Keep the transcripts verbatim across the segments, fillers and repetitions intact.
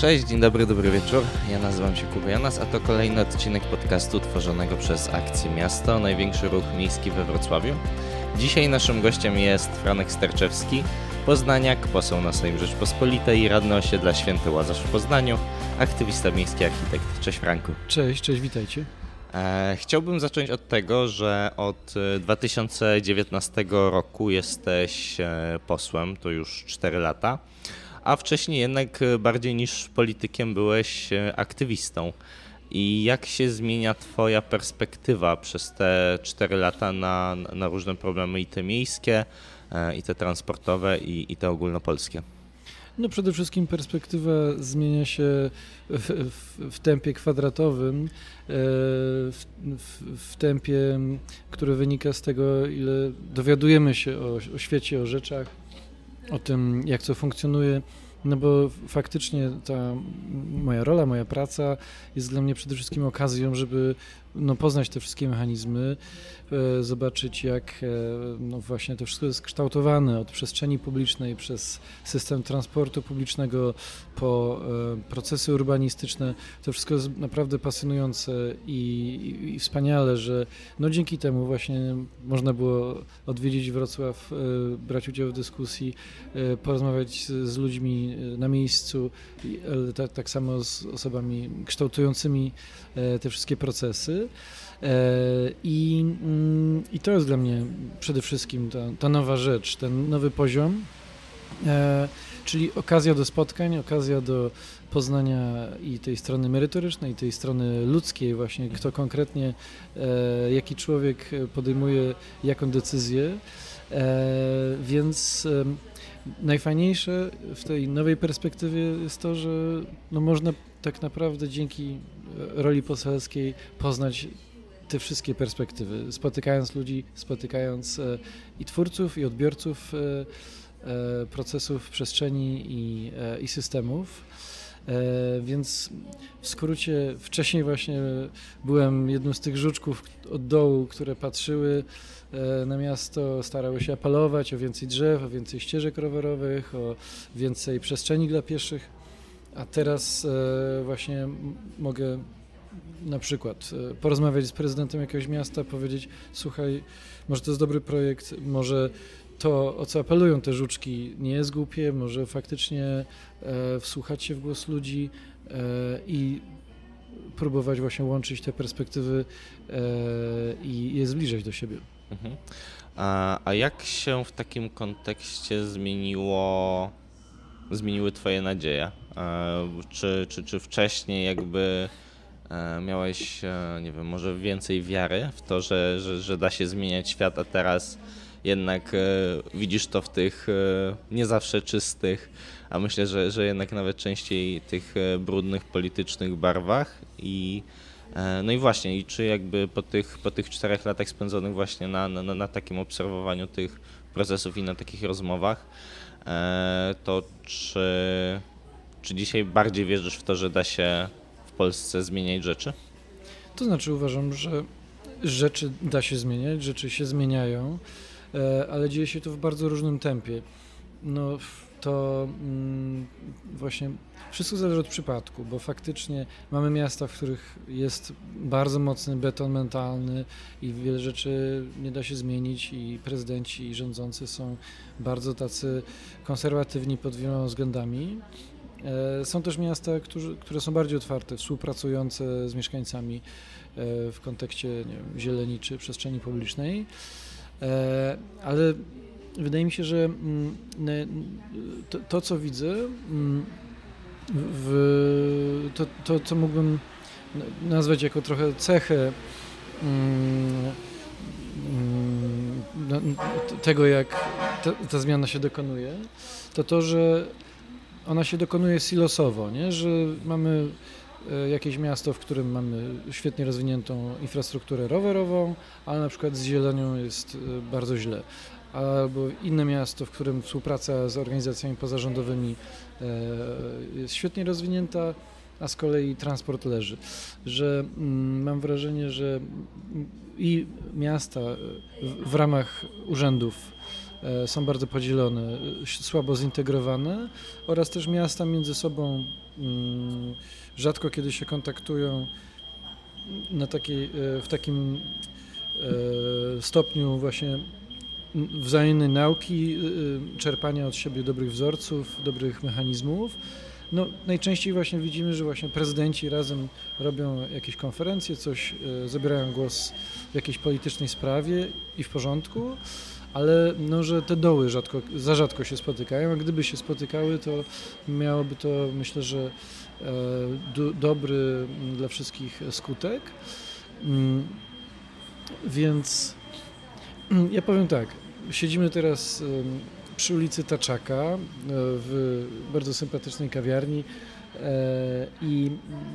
Cześć, dzień dobry, dobry wieczór. Ja nazywam się Kuba Janas, a to kolejny odcinek podcastu tworzonego przez Akcję Miasto, największy ruch miejski we Wrocławiu. Dzisiaj naszym gościem jest Franek Sterczewski, poznaniak, poseł na Sejm Rzeczpospolitej i radny osiedla Święty Łazarz w Poznaniu, aktywista miejski, architekt. Cześć Franku. Cześć, cześć, witajcie. E, chciałbym zacząć od tego, że od dwa tysiące dziewiętnastego roku jesteś e, posłem, to już cztery lata. A wcześniej jednak bardziej niż politykiem byłeś aktywistą. I jak się zmienia twoja perspektywa przez te cztery lata na, na różne problemy i te miejskie, i te transportowe, i, i te ogólnopolskie? No przede wszystkim perspektywa zmienia się w, w, w tempie kwadratowym, w, w, w tempie, które wynika z tego, ile dowiadujemy się o, o świecie, o rzeczach, o tym, jak co funkcjonuje, no bo faktycznie ta moja rola, moja praca jest dla mnie przede wszystkim okazją, żeby no, poznać te wszystkie mechanizmy, e, zobaczyć jak e, no, właśnie to wszystko jest kształtowane od przestrzeni publicznej przez system transportu publicznego po e, procesy urbanistyczne. To wszystko jest naprawdę pasjonujące i, i, i wspaniale, że no, dzięki temu właśnie można było odwiedzić Wrocław, e, brać udział w dyskusji, e, porozmawiać z, z ludźmi na miejscu, i, e, tak, tak samo z osobami kształtującymi e, te wszystkie procesy. I, I to jest dla mnie przede wszystkim ta, ta nowa rzecz, ten nowy poziom, czyli okazja do spotkań, okazja do poznania i tej strony merytorycznej, i tej strony ludzkiej właśnie, kto konkretnie, jaki człowiek podejmuje jaką decyzję, więc najfajniejsze w tej nowej perspektywie jest to, że no można tak naprawdę dzięki roli poselskiej poznać te wszystkie perspektywy, spotykając ludzi, spotykając e, i twórców, i odbiorców e, e, procesów przestrzeni i, e, i systemów. E, więc w skrócie wcześniej właśnie byłem jednym z tych żuczków od dołu, które patrzyły e, na miasto, starały się apelować o więcej drzew, o więcej ścieżek rowerowych, o więcej przestrzeni dla pieszych. A teraz e, właśnie mogę na przykład e, porozmawiać z prezydentem jakiegoś miasta, powiedzieć: słuchaj, może to jest dobry projekt, może to, o co apelują te żuczki, nie jest głupie, może faktycznie e, wsłuchać się w głos ludzi e, i próbować właśnie łączyć te perspektywy e, i je zbliżać do siebie. Mhm. A, a jak się w takim kontekście zmieniło, zmieniły twoje nadzieje? E, czy, czy, czy wcześniej jakby e, miałeś, e, nie wiem, może więcej wiary w to, że, że, że da się zmieniać świat, a teraz jednak e, widzisz to w tych e, nie zawsze czystych, a myślę, że, że jednak nawet częściej tych e, brudnych, politycznych barwach i e, no i właśnie, i czy jakby po tych, po tych czterech latach spędzonych właśnie na, na, na takim obserwowaniu tych procesów i na takich rozmowach, e, to czy, czy dzisiaj bardziej wierzysz w to, że da się w Polsce zmieniać rzeczy? To znaczy uważam, że rzeczy da się zmieniać, rzeczy się zmieniają, ale dzieje się to w bardzo różnym tempie. No to mm, właśnie wszystko zależy od przypadku, bo faktycznie mamy miasta, w których jest bardzo mocny beton mentalny i wiele rzeczy nie da się zmienić i prezydenci i rządzący są bardzo tacy konserwatywni pod wieloma względami. Są też miasta, którzy, które są bardziej otwarte, współpracujące z mieszkańcami w kontekście, nie wiem, zieleni czy przestrzeni publicznej, ale wydaje mi się, że to, to co widzę, w, to, to, co mógłbym nazwać jako trochę cechę tego, jak ta, ta zmiana się dokonuje, to to, że ona się dokonuje silosowo, nie? Że mamy jakieś miasto, w którym mamy świetnie rozwiniętą infrastrukturę rowerową, ale na przykład z zielenią jest bardzo źle. Albo inne miasto, w którym współpraca z organizacjami pozarządowymi jest świetnie rozwinięta, a z kolei transport leży. Że mam wrażenie, że i miasta w ramach urzędów e, są bardzo podzielone, e, słabo zintegrowane oraz też miasta między sobą mm, rzadko kiedy się kontaktują na takiej, e, w takim e, stopniu właśnie wzajemnej nauki, e, czerpania od siebie dobrych wzorców, dobrych mechanizmów. No, najczęściej właśnie widzimy, że właśnie prezydenci razem robią jakieś konferencje, coś, e, zabierają głos w jakiejś politycznej sprawie i w porządku, ale no, że te doły rzadko, za rzadko się spotykają, a gdyby się spotykały, to miałoby to, myślę, że e, do, dobry dla wszystkich skutek. Mm, więc ja powiem tak, siedzimy teraz przy ulicy Taczaka w bardzo sympatycznej kawiarni i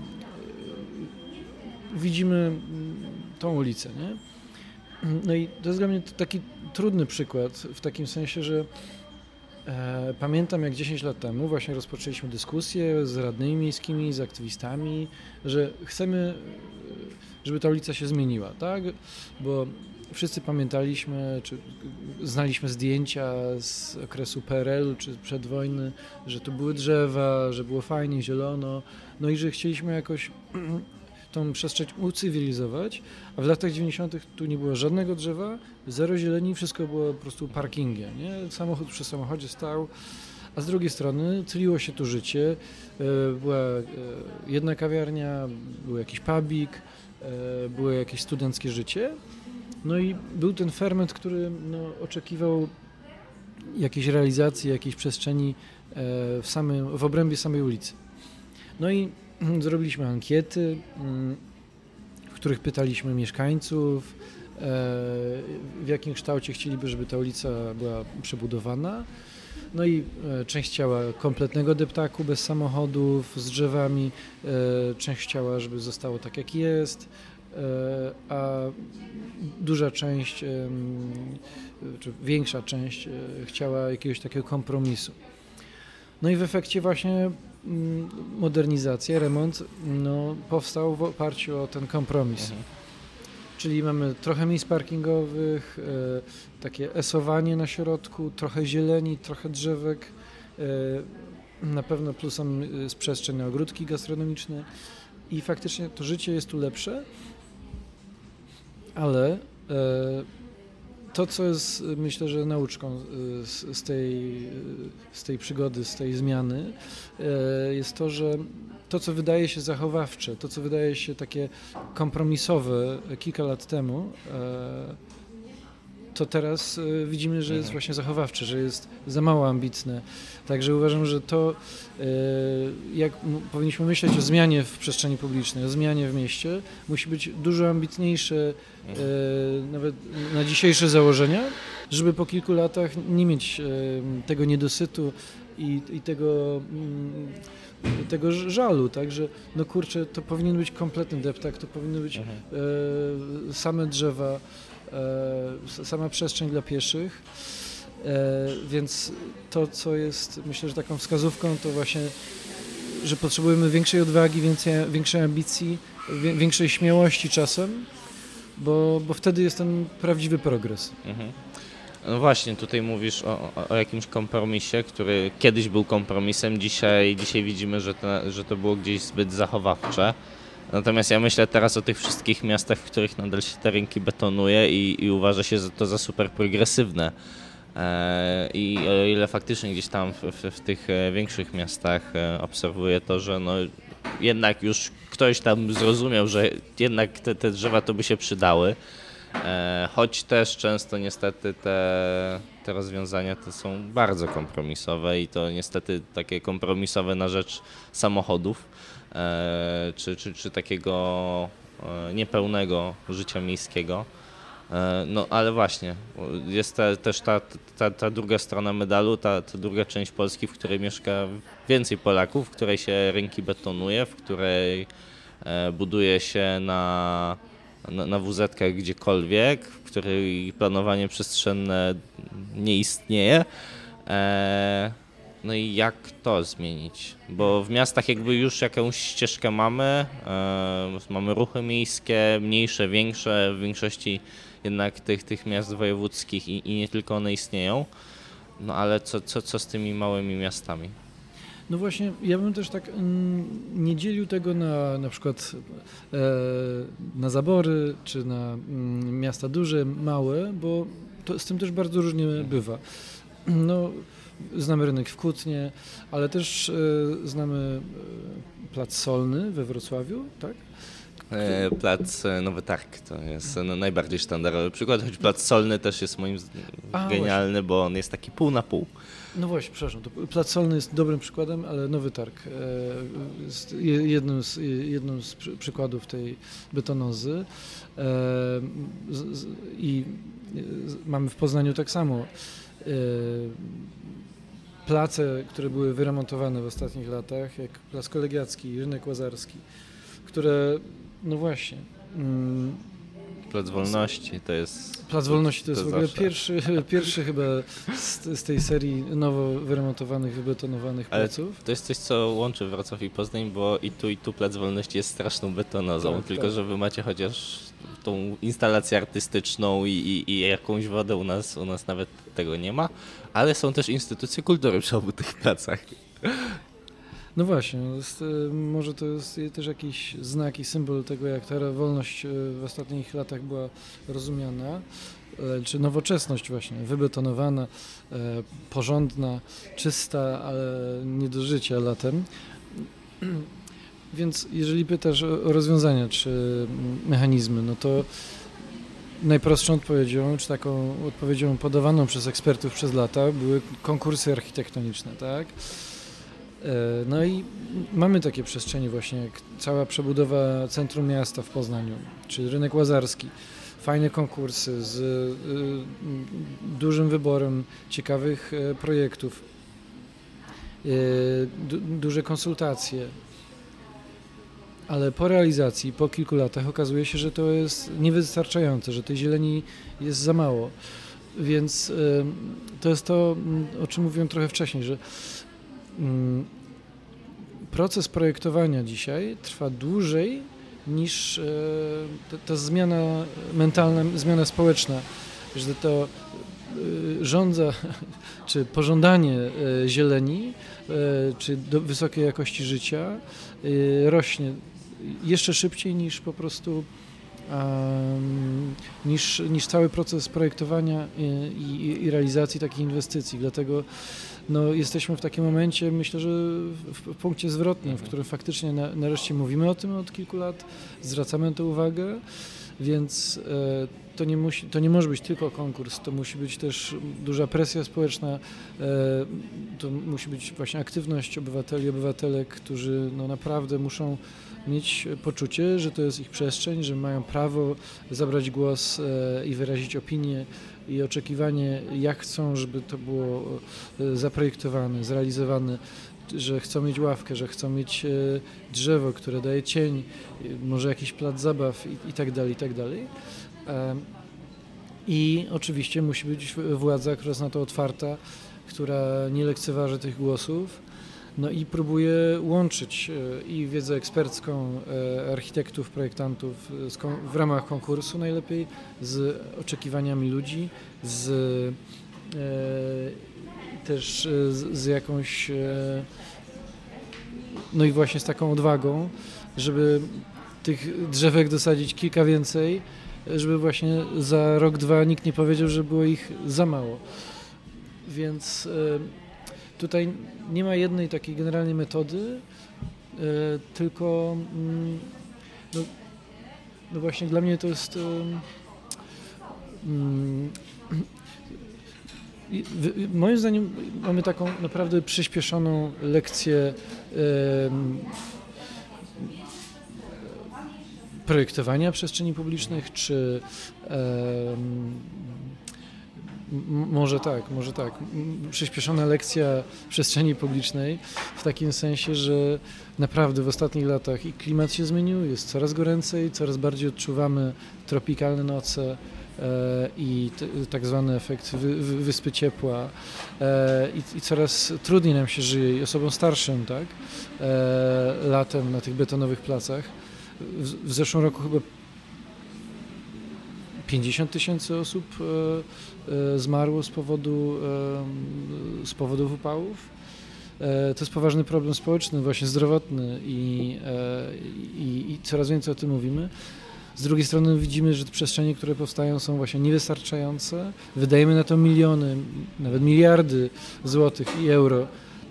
widzimy tą ulicę, nie? No i to jest dla mnie taki trudny przykład w takim sensie, że e, pamiętam jak dziesięć lat temu właśnie rozpoczęliśmy dyskusję z radnymi miejskimi, z aktywistami, że chcemy, żeby ta ulica się zmieniła, tak? Bo wszyscy pamiętaliśmy, czy znaliśmy zdjęcia z okresu P R L u, czy przed wojny, że tu były drzewa, że było fajnie, zielono, no i że chcieliśmy jakoś tą przestrzeń ucywilizować, a w latach dziewięćdziesiątych tu nie było żadnego drzewa, zero zieleni, wszystko było po prostu parkingiem, nie? Samochód przy samochodzie stał, a z drugiej strony cyliło się tu życie, była jedna kawiarnia, był jakiś pubik, było jakieś studenckie życie, no i był ten ferment, który no, oczekiwał jakiejś realizacji, jakiejś przestrzeni w, samym, w obrębie samej ulicy. No i zrobiliśmy ankiety, w których pytaliśmy mieszkańców, w jakim kształcie chcieliby, żeby ta ulica była przebudowana. No i część chciała kompletnego deptaku bez samochodów, z drzewami, część chciała, żeby zostało tak jak jest, a duża część, czy większa część chciała jakiegoś takiego kompromisu. No i w efekcie właśnie modernizacja, remont no, powstał w oparciu o ten kompromis. Mhm. Czyli mamy trochę miejsc parkingowych, e, takie esowanie na środku, trochę zieleni, trochę drzewek, e, na pewno plusem jest przestrzeń na ogródki gastronomiczne i faktycznie to życie jest tu lepsze, ale e, to, co jest, myślę, że nauczką z, z, tej, z tej przygody, z tej zmiany, jest to, że to, co wydaje się zachowawcze, to, co wydaje się takie kompromisowe kilka lat temu, to teraz widzimy, że jest właśnie zachowawcze, że jest za mało ambitne. Także uważam, że to, jak powinniśmy myśleć o zmianie w przestrzeni publicznej, o zmianie w mieście, musi być dużo ambitniejsze, nawet na dzisiejsze założenia, żeby po kilku latach nie mieć tego niedosytu i, i tego, tego żalu, także no kurczę, to powinien być kompletny deptak, to powinny być mhm. same drzewa, sama przestrzeń dla pieszych, więc to, co jest, myślę, że taką wskazówką, to właśnie, że potrzebujemy większej odwagi, więcej, większej ambicji, większej śmiałości czasem, bo, bo wtedy jest ten prawdziwy progres. Mhm. No właśnie, tutaj mówisz o, o, o jakimś kompromisie, który kiedyś był kompromisem, dzisiaj, dzisiaj widzimy, że to, że to było gdzieś zbyt zachowawcze. Natomiast ja myślę teraz o tych wszystkich miastach, w których nadal się te rynki betonuje i, i uważa się to za super progresywne. E, I o ile faktycznie gdzieś tam w, w, w tych większych miastach obserwuję to, że no jednak już ktoś tam zrozumiał, że jednak te, te drzewa to by się przydały. E, choć też często niestety te, te rozwiązania to są bardzo kompromisowe i to niestety takie kompromisowe na rzecz samochodów. E, czy, czy, czy takiego e, niepełnego życia miejskiego. E, no ale właśnie, jest ta, też ta, ta, ta druga strona medalu, ta, ta druga część Polski, w której mieszka więcej Polaków, w której się rynki betonuje, w której e, buduje się na, na, na wu zetkach gdziekolwiek, w której planowanie przestrzenne nie istnieje. E, No i jak to zmienić? Bo w miastach jakby już jakąś ścieżkę mamy, e, mamy ruchy miejskie, mniejsze, większe, w większości jednak tych, tych miast wojewódzkich i, i nie tylko one istnieją. No ale co, co, co z tymi małymi miastami? No właśnie, ja bym też tak mm, nie dzielił tego na na przykład e, na zabory, czy na mm, miasta duże, małe, bo to z tym też bardzo różnie bywa. No, znamy rynek w Kutnie, ale też e, znamy e, Plac Solny we Wrocławiu, tak? E, Plac Nowy Targ to jest no, najbardziej sztandarowy przykład, choć Plac Solny też jest moim zdaniem A, genialny, właśnie. bo on jest taki pół na pół. No właśnie, przepraszam, to Plac Solny jest dobrym przykładem, ale Nowy Targ e, jest je- jednym z, jednym z przy- przykładów tej betonozy. E, z, z, I z, mamy w Poznaniu tak samo e, place, które były wyremontowane w ostatnich latach, jak Plac Kolegiacki, Rynek Łazarski, które, no właśnie, mm, Plac Wolności to jest... Plac Wolności to jest to w ogóle zawsze. pierwszy, pierwszy chyba z, z tej serii nowo wyremontowanych, wybetonowanych Ale placów. to jest coś, co łączy Wrocław i Poznań, bo i tu, i tu Plac Wolności jest straszną betonozą, Tak, tylko tak. że wy macie chociaż tą instalację artystyczną i, i, i jakąś wodę, u nas, u nas nawet tego nie ma, ale są też instytucje kultury przy obu tych placach. No właśnie, jest, e, może to jest też jakiś znak i symbol tego, jak ta wolność e, w ostatnich latach była rozumiana, e, czy nowoczesność właśnie, wybetonowana, e, porządna, czysta, ale nie do życia latem. Więc jeżeli pytasz o o rozwiązania czy mm, mechanizmy, no to najprostszą odpowiedzią, czy taką odpowiedzią podawaną przez ekspertów przez lata były konkursy architektoniczne, tak? E, No i mamy takie przestrzenie właśnie, jak cała przebudowa centrum miasta w Poznaniu, czy Rynek Łazarski. Fajne konkursy z y, dużym wyborem ciekawych e, projektów, e, du, duże konsultacje. Ale po realizacji, po kilku latach okazuje się, że to jest niewystarczające, że tej zieleni jest za mało. Więc y, to jest to, mm, o czym mówiłem trochę wcześniej, że mm, proces projektowania dzisiaj trwa dłużej niż e, ta, ta zmiana mentalna, zmiana społeczna, że to e, żądza czy pożądanie e, zieleni e, czy do wysokiej jakości życia e, rośnie jeszcze szybciej niż po prostu um, niż, niż cały proces projektowania i, i, i realizacji takich inwestycji. Dlatego no, jesteśmy w takim momencie, myślę, że w, w punkcie zwrotnym, w którym faktycznie na, nareszcie mówimy o tym od kilku lat, zwracamy na to uwagę, więc e, to, nie musi, to nie może być tylko konkurs, to musi być też duża presja społeczna, e, to musi być właśnie aktywność obywateli i obywatelek, którzy no, naprawdę muszą mieć poczucie, że to jest ich przestrzeń, że mają prawo zabrać głos e, i wyrazić opinię i oczekiwanie, jak chcą, żeby to było e, zaprojektowane, zrealizowane, że chcą mieć ławkę, że chcą mieć e, drzewo, które daje cień, e, może jakiś plac zabaw i, i tak dalej, i tak dalej. E, I oczywiście musi być władza, która jest na to otwarta, która nie lekceważy tych głosów. No i próbuje łączyć e, i wiedzę ekspercką e, architektów, projektantów z kon- w ramach konkursu najlepiej z oczekiwaniami ludzi, z e, też e, z, z jakąś e, no i właśnie z taką odwagą, żeby tych drzewek dosadzić kilka więcej, żeby właśnie za rok, dwa nikt nie powiedział, że było ich za mało. Więc e, tutaj nie ma jednej takiej generalnej metody, e, tylko mm, no, no właśnie dla mnie to jest e, mm, i w- moim zdaniem mamy taką naprawdę przyspieszoną lekcję e, projektowania przestrzeni publicznych, czy e, M- Może tak, może tak. M- Przyspieszona lekcja przestrzeni publicznej w takim sensie, że naprawdę w ostatnich latach i klimat się zmienił, jest coraz goręcej, coraz bardziej odczuwamy tropikalne noce e, i t- tak zwany efekt wy, wy, wyspy ciepła e, i, i coraz trudniej nam się żyje i osobom starszym, tak, e, latem na tych betonowych placach. W, w zeszłym roku chyba pięćdziesiąt tysięcy osób zmarło z powodu, z powodów upałów. To jest poważny problem społeczny, właśnie zdrowotny i, i, i coraz więcej o tym mówimy. Z drugiej strony widzimy, że te przestrzenie, które powstają, są właśnie niewystarczające. Wydajemy na to miliony, nawet miliardy złotych i euro.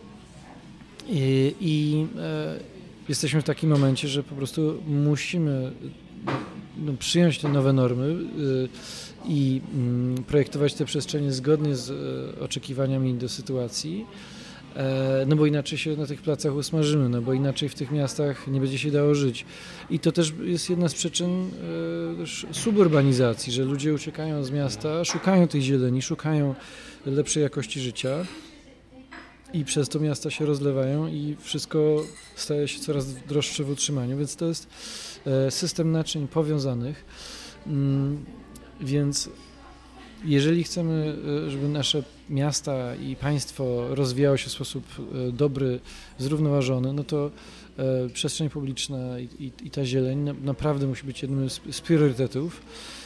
I, i e, jesteśmy w takim momencie, że po prostu musimy no, przyjąć te nowe normy y, i y, projektować te przestrzenie zgodnie z y, oczekiwaniami do sytuacji. No bo inaczej się na tych placach usmażymy, no bo inaczej w tych miastach nie będzie się dało żyć. I to też jest jedna z przyczyn e, suburbanizacji, że ludzie uciekają z miasta, szukają tej zieleni, szukają lepszej jakości życia i przez to miasta się rozlewają i wszystko staje się coraz droższe w utrzymaniu, więc to jest e, system naczyń powiązanych, mm, więc jeżeli chcemy, żeby nasze miasta i państwo rozwijało się w sposób dobry, zrównoważony, no to przestrzeń publiczna i, i, i ta zieleń naprawdę musi być jednym z, z priorytetów,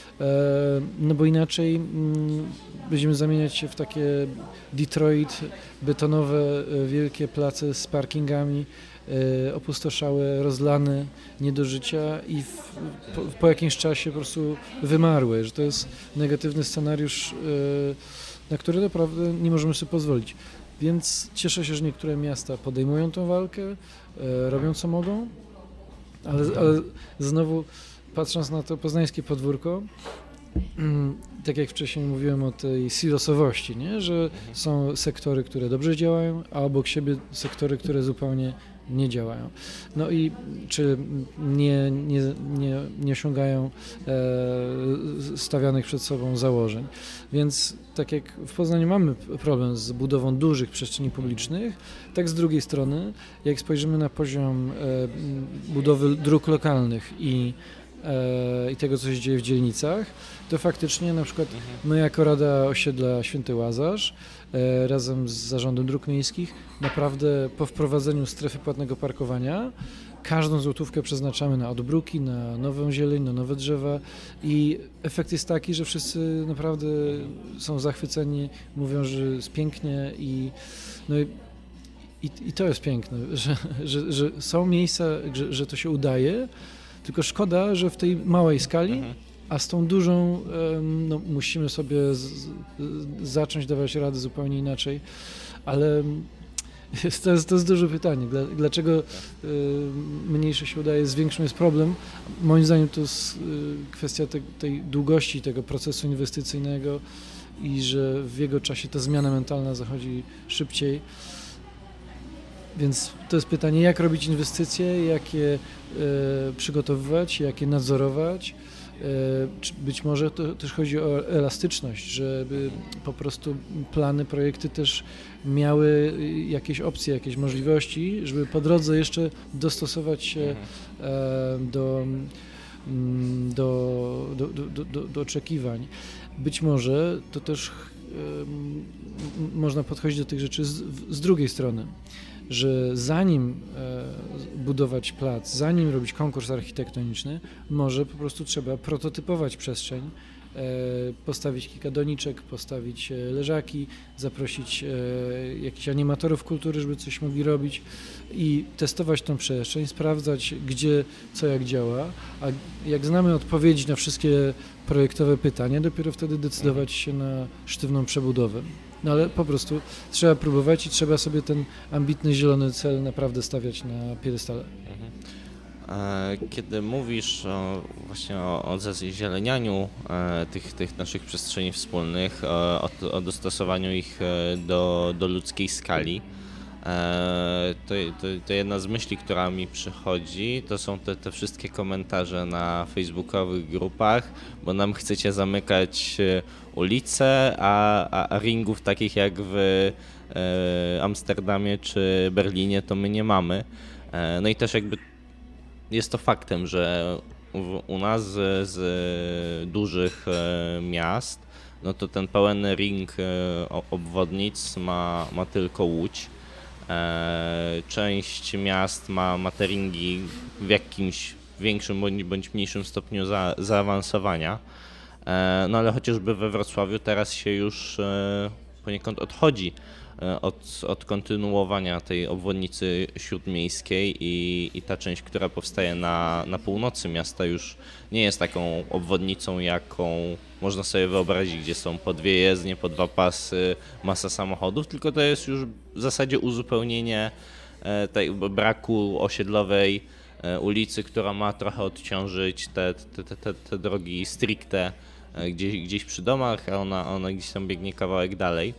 no bo inaczej mm, będziemy zamieniać się w takie Detroit, betonowe, wielkie place z parkingami, opustoszałe, rozlane, nie do życia i w, po, po jakimś czasie po prostu wymarłe, że to jest negatywny scenariusz, na który naprawdę nie możemy sobie pozwolić. Więc cieszę się, że niektóre miasta podejmują tę walkę, robią co mogą, ale, ale znowu patrząc na to poznańskie podwórko, tak jak wcześniej mówiłem o tej silosowości, nie? Że są sektory, które dobrze działają, a obok siebie sektory, które zupełnie nie działają. No i czy nie, nie, nie, nie osiągają e, stawianych przed sobą założeń. Więc tak jak w Poznaniu mamy problem z budową dużych przestrzeni publicznych, tak z drugiej strony, jak spojrzymy na poziom e, budowy dróg lokalnych i i tego, co się dzieje w dzielnicach, to faktycznie na przykład my jako Rada Osiedla Święty Łazarz razem z Zarządem Dróg Miejskich naprawdę po wprowadzeniu strefy płatnego parkowania każdą złotówkę przeznaczamy na odbruki, na nową zieleń, na nowe drzewa i efekt jest taki, że wszyscy naprawdę są zachwyceni, mówią, że jest pięknie i no i, i, i to jest piękne, że, że, że są miejsca, że, że to się udaje. Tylko szkoda, że w tej małej skali, mhm. a z tą dużą no, musimy sobie z, z, zacząć dawać radę zupełnie inaczej, ale to jest, to jest duże pytanie. Dlaczego y, mniejsze się udaje, z większym jest problem? Moim zdaniem to jest y, kwestia te, tej długości tego procesu inwestycyjnego i że w jego czasie ta zmiana mentalna zachodzi szybciej. Więc to jest pytanie, jak robić inwestycje, jak je e, przygotowywać, jak je nadzorować. E, być może to też chodzi o elastyczność, żeby po prostu plany, projekty też miały jakieś opcje, jakieś możliwości, żeby po drodze jeszcze dostosować się e, do, do, do, do, do, do oczekiwań. Być może to też e, można podchodzić do tych rzeczy z, z drugiej strony, że zanim e, budować plac, zanim robić konkurs architektoniczny, może po prostu trzeba prototypować przestrzeń, e, postawić kilka doniczek, postawić e, leżaki, zaprosić e, jakichś animatorów kultury, żeby coś mogli robić i testować tą przestrzeń, sprawdzać gdzie, co jak działa, a jak znamy odpowiedzi na wszystkie projektowe pytania, dopiero wtedy decydować się na sztywną przebudowę. No ale po prostu trzeba próbować i trzeba sobie ten ambitny, zielony cel naprawdę stawiać na piedestale. Kiedy mówisz o, właśnie o, o zazielenianiu e, tych, tych naszych przestrzeni wspólnych, o, o dostosowaniu ich do, do ludzkiej skali, e, to, to, to jedna z myśli, która mi przychodzi, to są te, te wszystkie komentarze na facebookowych grupach, bo nam chcecie zamykać ulice, a, a ringów takich jak w e, Amsterdamie czy Berlinie to my nie mamy. E, no i też jakby jest to faktem, że w, u nas z, z dużych e, miast, no to ten pełen ring e, obwodnic ma, ma tylko Łódź. E, część miast ma, ma te ringi w jakimś większym bądź, bądź mniejszym stopniu za, zaawansowania. No ale chociażby we Wrocławiu teraz się już poniekąd odchodzi od, od kontynuowania tej obwodnicy śródmiejskiej i, i ta część, która powstaje na, na północy miasta, już nie jest taką obwodnicą, jaką można sobie wyobrazić, gdzie są po dwie jezdnie, po dwa pasy, masa samochodów, tylko to jest już w zasadzie uzupełnienie tej braku osiedlowej ulicy, która ma trochę odciążyć te, te, te, te, te drogi stricte gdzieś, gdzieś przy domach, a ona, ona gdzieś tam biegnie kawałek dalej.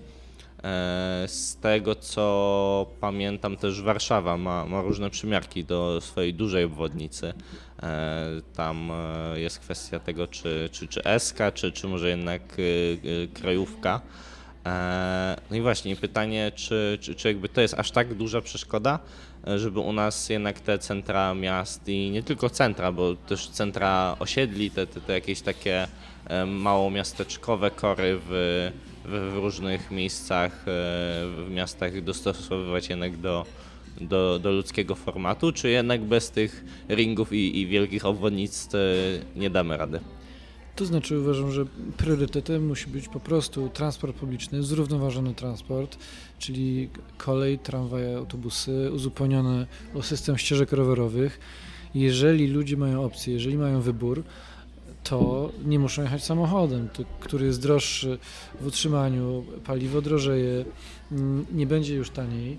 Z tego co pamiętam, też Warszawa ma, ma różne przymiarki do swojej dużej obwodnicy. Tam jest kwestia tego, czy, czy, czy S K, czy, czy może jednak krajówka. No i właśnie pytanie, czy, czy, czy jakby to jest aż tak duża przeszkoda, żeby u nas jednak te centra miast i nie tylko centra, bo też centra osiedli, te, te, te jakieś takie małomiasteczkowe kory w, w, w różnych miejscach, w miastach dostosowywać jednak do, do, do ludzkiego formatu, czy jednak bez tych ringów i, i wielkich obwodnic nie damy rady? To znaczy uważam, że priorytetem musi być po prostu transport publiczny, zrównoważony transport, czyli kolej, tramwaje, autobusy uzupełnione o system ścieżek rowerowych. Jeżeli ludzie mają opcję, jeżeli mają wybór, to nie muszą jechać samochodem, to, który jest droższy w utrzymaniu, paliwo drożeje, nie będzie już taniej.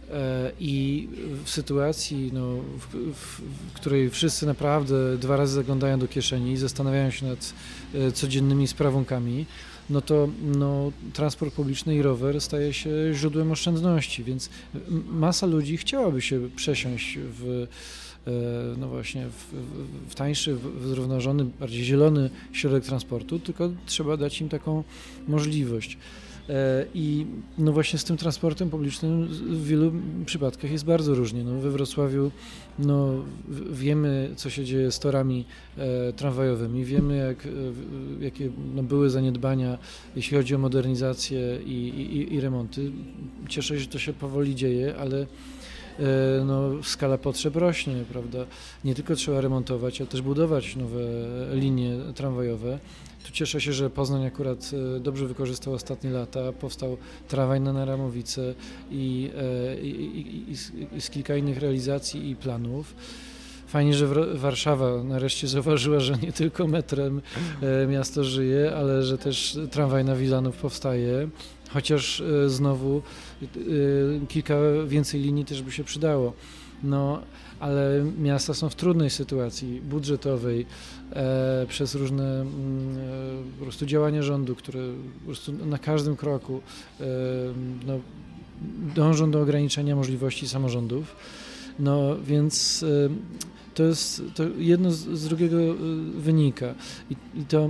I w sytuacji, no, w, w, w której wszyscy naprawdę dwa razy zaglądają do kieszeni i zastanawiają się nad codziennymi sprawunkami, no to no, transport publiczny i rower staje się źródłem oszczędności, więc masa ludzi chciałaby się przesiąść w no właśnie w, w tańszy, w zrównoważony, bardziej zielony środek transportu, tylko trzeba dać im taką możliwość. I no właśnie z tym transportem publicznym w wielu przypadkach jest bardzo różnie. No we Wrocławiu no, wiemy, co się dzieje z torami e, tramwajowymi, wiemy, jak, e, jakie no, były zaniedbania, jeśli chodzi o modernizację i, i, i remonty. Cieszę się, że to się powoli dzieje, ale no, skala potrzeb rośnie, prawda? Nie tylko trzeba remontować, ale też budować nowe linie tramwajowe. Tu cieszę się, że Poznań akurat dobrze wykorzystał ostatnie lata. Powstał tramwaj na Naramowice i, i, i, i, i z kilka innych realizacji i planów. Fajnie, że Warszawa nareszcie zauważyła, że nie tylko metrem miasto żyje, ale że też tramwaj na Wilanów powstaje. Chociaż znowu kilka więcej linii też by się przydało. No, ale miasta są w trudnej sytuacji budżetowej e, przez różne e, po prostu działania rządu, które po prostu na każdym kroku e, no, dążą do ograniczenia możliwości samorządów. No więc e, to jest to jedno z, z drugiego wynika i, i to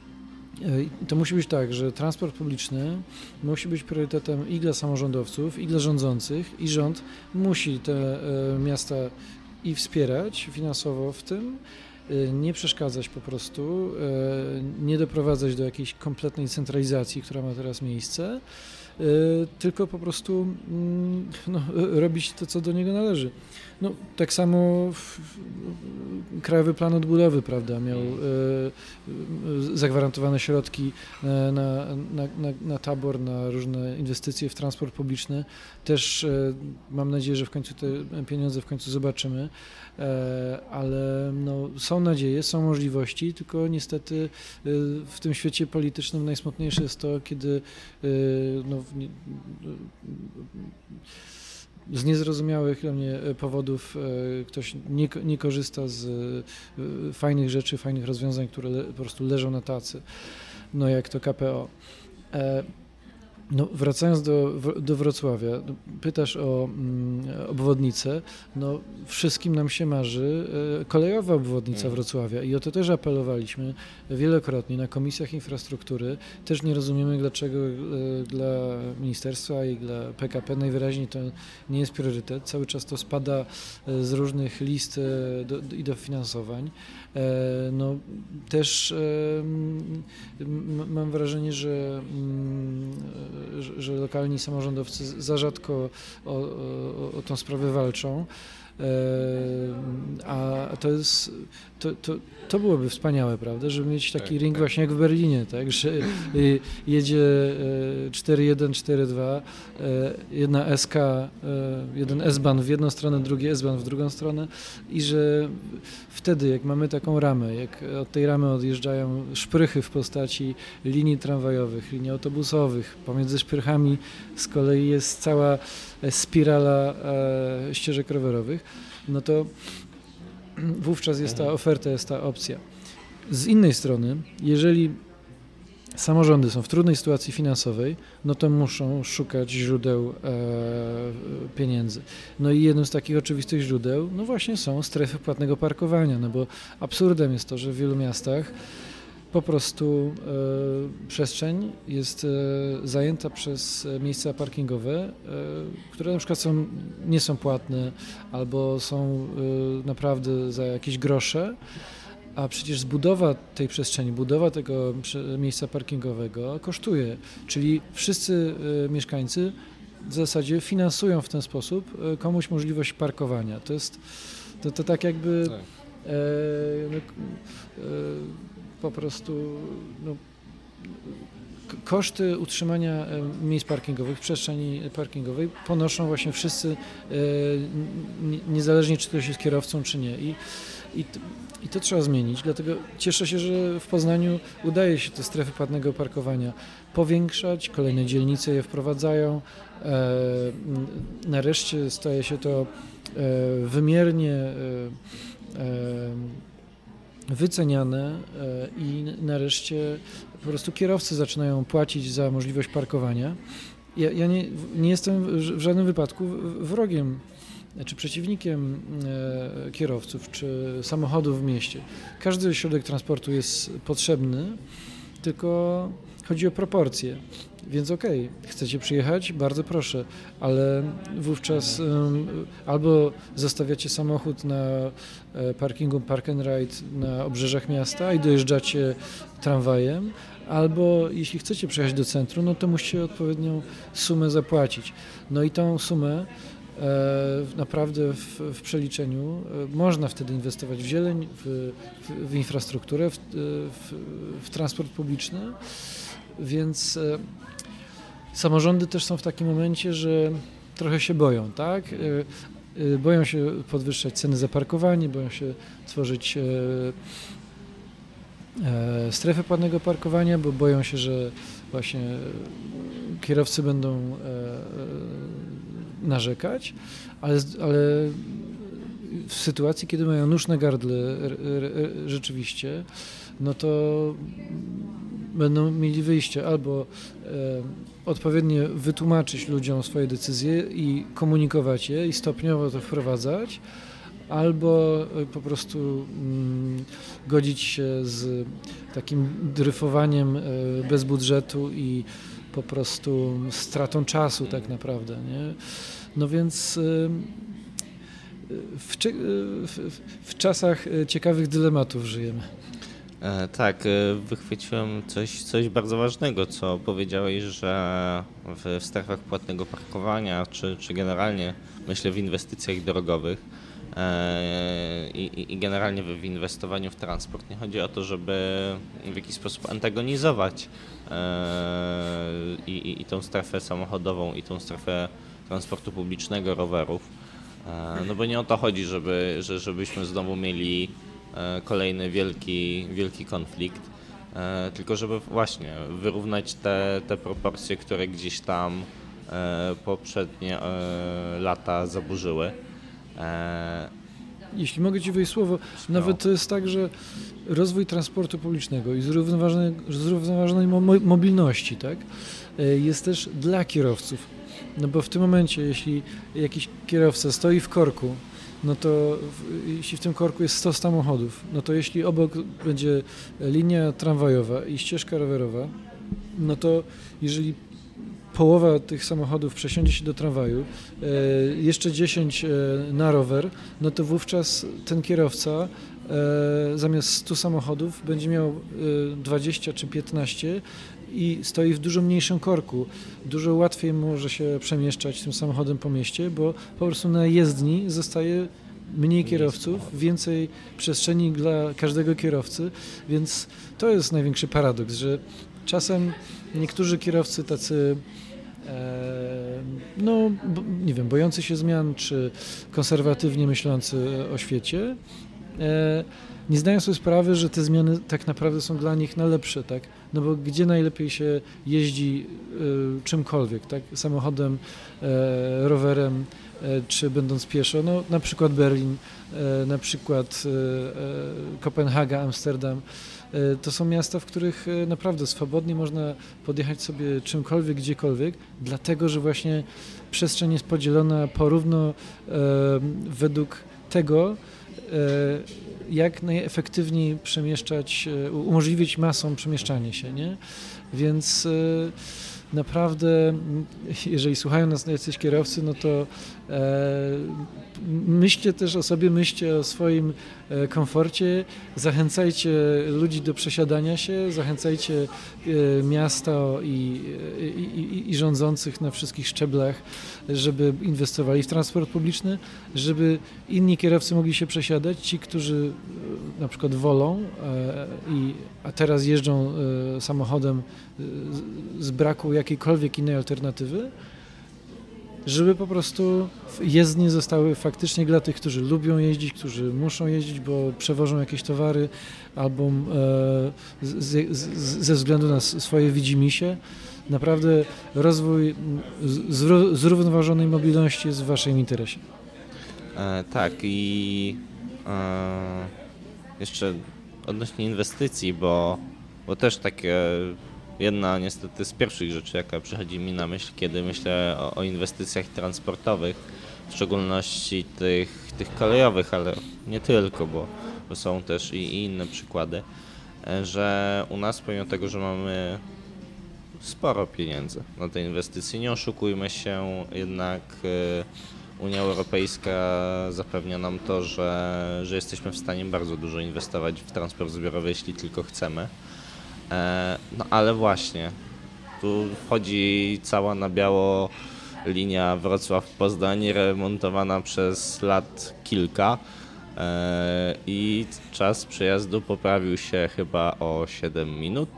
To musi być tak, że transport publiczny musi być priorytetem i dla samorządowców, i dla rządzących, i rząd musi te miasta i wspierać finansowo w tym, nie przeszkadzać po prostu, nie doprowadzać do jakiejś kompletnej centralizacji, która ma teraz miejsce, tylko po prostu no, robić to, co do niego należy. No, tak samo w, w, Krajowy Plan Odbudowy, prawda, miał e, zagwarantowane środki na, na, na, na tabor, na różne inwestycje w transport publiczny. Też e, mam nadzieję, że w końcu te pieniądze w końcu zobaczymy, e, ale no, są nadzieje, są możliwości, tylko niestety e, w tym świecie politycznym najsmutniejsze jest to, kiedy e, no, w, nie, z niezrozumiałych dla mnie powodów ktoś nie, nie korzysta z fajnych rzeczy, fajnych rozwiązań, które le, po prostu leżą na tacy, no jak to K P O. No, wracając do, do Wrocławia, pytasz o mm, obwodnicę, no wszystkim nam się marzy e, kolejowa obwodnica mm. Wrocławia i o to też apelowaliśmy wielokrotnie na komisjach infrastruktury. Też nie rozumiemy, dlaczego e, dla ministerstwa i dla P K P najwyraźniej to nie jest priorytet. Cały czas to spada e, z różnych list e, do, do, i dofinansowań. E, no, też e, m, mam wrażenie, że m, że lokalni samorządowcy za rzadko o, o, o tą sprawę walczą. A to jest, to, to, to byłoby wspaniałe, prawda, żeby mieć taki Tak, ring tak. właśnie jak w Berlinie, tak, że jedzie cztery jeden, cztery dwa, jedna S K, jeden S-Bahn w jedną stronę, drugi S-Bahn w drugą stronę i że wtedy, jak mamy taką ramę, jak od tej ramy odjeżdżają szprychy w postaci linii tramwajowych, linii autobusowych, pomiędzy szprychami z kolei jest cała spirala e, ścieżek rowerowych, no to wówczas jest ta oferta, jest ta opcja. Z innej strony, jeżeli samorządy są w trudnej sytuacji finansowej, no to muszą szukać źródeł e, pieniędzy. No i jednym z takich oczywistych źródeł, no właśnie są strefy płatnego parkowania, no bo absurdem jest to, że w wielu miastach po prostu e, przestrzeń jest e, zajęta przez miejsca parkingowe, e, które na przykład są, nie są płatne albo są e, naprawdę za jakieś grosze, a przecież zbudowa tej przestrzeni, budowa tego miejsca parkingowego kosztuje, czyli wszyscy e, mieszkańcy w zasadzie finansują w ten sposób e, komuś możliwość parkowania. To jest to, to tak jakby Tak. e, no, e, po prostu no, koszty utrzymania miejsc parkingowych, przestrzeni parkingowej ponoszą właśnie wszyscy, niezależnie czy ktoś jest kierowcą, czy nie. I, i, i to trzeba zmienić, dlatego cieszę się, że w Poznaniu udaje się te strefy płatnego parkowania powiększać, kolejne dzielnice je wprowadzają. Nareszcie staje się to wymiernie wyceniane i nareszcie po prostu kierowcy zaczynają płacić za możliwość parkowania. Ja, ja nie, nie jestem w żadnym wypadku wrogiem czy przeciwnikiem kierowców czy samochodów w mieście. Każdy środek transportu jest potrzebny, tylko chodzi o proporcje. Więc okej, okay, chcecie przyjechać? Bardzo proszę, ale wówczas um, albo zostawiacie samochód na parkingu Park and Ride na obrzeżach miasta i dojeżdżacie tramwajem, albo jeśli chcecie przyjechać do centrum, no to musicie odpowiednią sumę zapłacić. No i tą sumę e, naprawdę w, w przeliczeniu e, można wtedy inwestować w zieleń, w, w, w infrastrukturę, w, w, w transport publiczny, więc e, samorządy też są w takim momencie, że trochę się boją, tak? Boją się podwyższać ceny za parkowanie, boją się tworzyć strefy płatnego parkowania, bo boją się, że właśnie kierowcy będą narzekać, ale, ale w sytuacji, kiedy mają nóż na gardle rzeczywiście, no to będą mieli wyjście albo e, odpowiednio wytłumaczyć ludziom swoje decyzje i komunikować je i stopniowo to wprowadzać, albo po prostu mm, godzić się z takim dryfowaniem e, bez budżetu i po prostu stratą czasu tak naprawdę, nie? No więc e, w, w, w czasach ciekawych dylematów żyjemy. E, tak, e, wychwyciłem coś, coś bardzo ważnego, co powiedziałeś, że w, w strefach płatnego parkowania, czy, czy generalnie myślę w inwestycjach drogowych e, i, i generalnie w, w inwestowaniu w transport nie chodzi o to, żeby w jakiś sposób antagonizować e, i, i, i tą strefę samochodową, i tą strefę transportu publicznego, rowerów. E, no bo nie o to chodzi, żeby, że, żebyśmy znowu mieli kolejny wielki, wielki konflikt, tylko żeby właśnie wyrównać te, te proporcje, które gdzieś tam poprzednie lata zaburzyły. Jeśli mogę Ci wejść słowo, nawet to jest tak, że rozwój transportu publicznego i zrównoważonej, zrównoważonej mobilności, tak, jest też dla kierowców. No bo w tym momencie, jeśli jakiś kierowca stoi w korku, no to w, jeśli w tym korku jest sto samochodów, no to jeśli obok będzie linia tramwajowa i ścieżka rowerowa, no to jeżeli połowa tych samochodów przesiądzie się do tramwaju, e, jeszcze dziesięć e, na rower, no to wówczas ten kierowca e, zamiast stu samochodów będzie miał e, dwadzieścia czy piętnaście i stoi w dużo mniejszym korku. Dużo łatwiej może się przemieszczać tym samochodem po mieście, bo po prostu na jezdni zostaje mniej kierowców, więcej przestrzeni dla każdego kierowcy, więc to jest największy paradoks, że czasem niektórzy kierowcy tacy no, nie wiem, bojący się zmian, czy konserwatywnie myślący o świecie, nie zdają sobie sprawy, że te zmiany tak naprawdę są dla nich na lepsze, tak? No bo gdzie najlepiej się jeździ czymkolwiek, tak? Samochodem, rowerem, czy będąc pieszo, no na przykład Berlin, na przykład Kopenhaga, Amsterdam. To są miasta, w których naprawdę swobodnie można podjechać sobie czymkolwiek, gdziekolwiek, dlatego, że właśnie przestrzeń jest podzielona porówno według tego, jak najefektywniej przemieszczać, umożliwić masom przemieszczanie się, nie? Więc naprawdę, jeżeli słuchają nas jacyś kierowcy, no to e, myślcie też o sobie, myślcie o swoim e, komforcie, zachęcajcie ludzi do przesiadania się, zachęcajcie e, miasta i, i, i, i rządzących na wszystkich szczeblach, żeby inwestowali w transport publiczny, żeby inni kierowcy mogli się przesiadać, ci, którzy e, na przykład wolą, e, i, a teraz jeżdżą e, samochodem e, z braku jakiejkolwiek innej alternatywy, żeby po prostu jezdnie zostały faktycznie dla tych, którzy lubią jeździć, którzy muszą jeździć, bo przewożą jakieś towary albo e, z, z, ze względu na swoje widzimisię. Naprawdę rozwój zró- zrównoważonej mobilności jest w waszym interesie. E, tak i e, jeszcze odnośnie inwestycji, bo, bo też takie jedna niestety z pierwszych rzeczy, jaka przychodzi mi na myśl, kiedy myślę o, o inwestycjach transportowych, w szczególności tych, tych kolejowych, ale nie tylko, bo, bo są też i, i inne przykłady, że u nas pomimo tego, że mamy sporo pieniędzy na te inwestycje, nie oszukujmy się, jednak Unia Europejska zapewnia nam to, że, że jesteśmy w stanie bardzo dużo inwestować w transport zbiorowy, jeśli tylko chcemy. No ale właśnie, tu wchodzi cała na biało linia Wrocław-Poznań, remontowana przez lat kilka i czas przejazdu poprawił się chyba o siedem minut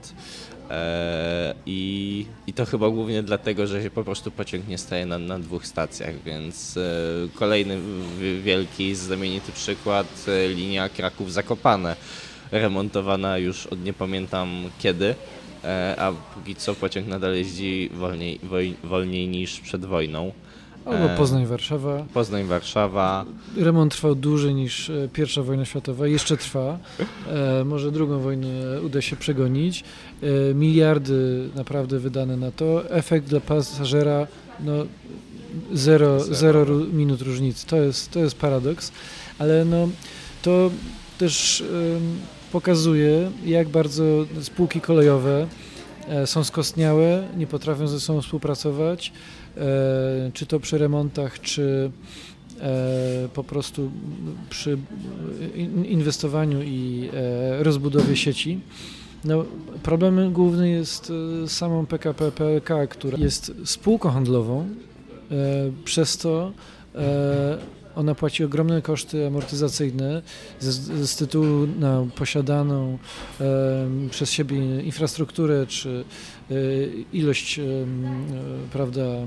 i, i to chyba głównie dlatego, że się po prostu pociąg nie staje na, na dwóch stacjach, więc kolejny wielki, znamienity przykład, linia Kraków-Zakopane, remontowana już od nie pamiętam kiedy, a póki co pociąg nadal jeździ wolniej, woj, wolniej niż przed wojną. Albo Poznań-Warszawa. Poznań-Warszawa. Remont trwał dłużej niż pierwsza wojna światowa, jeszcze trwa. E, może drugą wojnę uda się przegonić. E, miliardy naprawdę wydane na to. Efekt dla pasażera, no zero, zero. zero ru- minut różnicy. To jest, to jest paradoks, ale no to też um, pokazuje, jak bardzo spółki kolejowe e, są skostniałe, nie potrafią ze sobą współpracować, e, czy to przy remontach, czy e, po prostu przy in, inwestowaniu i e, rozbudowie sieci. No, problemem główny jest e, samą P K P P L K, która jest spółką handlową, e, przez to e, ona płaci ogromne koszty amortyzacyjne z, z tytułu na posiadaną e, przez siebie infrastrukturę czy e, ilość, e, prawda, e,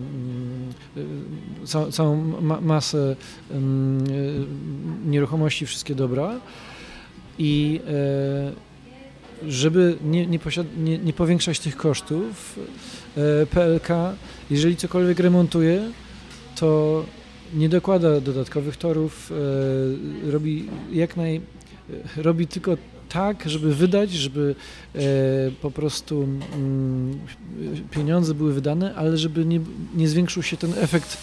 ca, całą ma, masę e, nieruchomości, wszystkie dobra. I e, żeby nie, nie, posiad- nie, nie powiększać tych kosztów, e, P L K, jeżeli cokolwiek remontuje, to nie dokłada dodatkowych torów, e, robi jak naj, e, robi tylko tak, żeby wydać, żeby e, po prostu mm, pieniądze były wydane, ale żeby nie, nie zwiększył się ten efekt,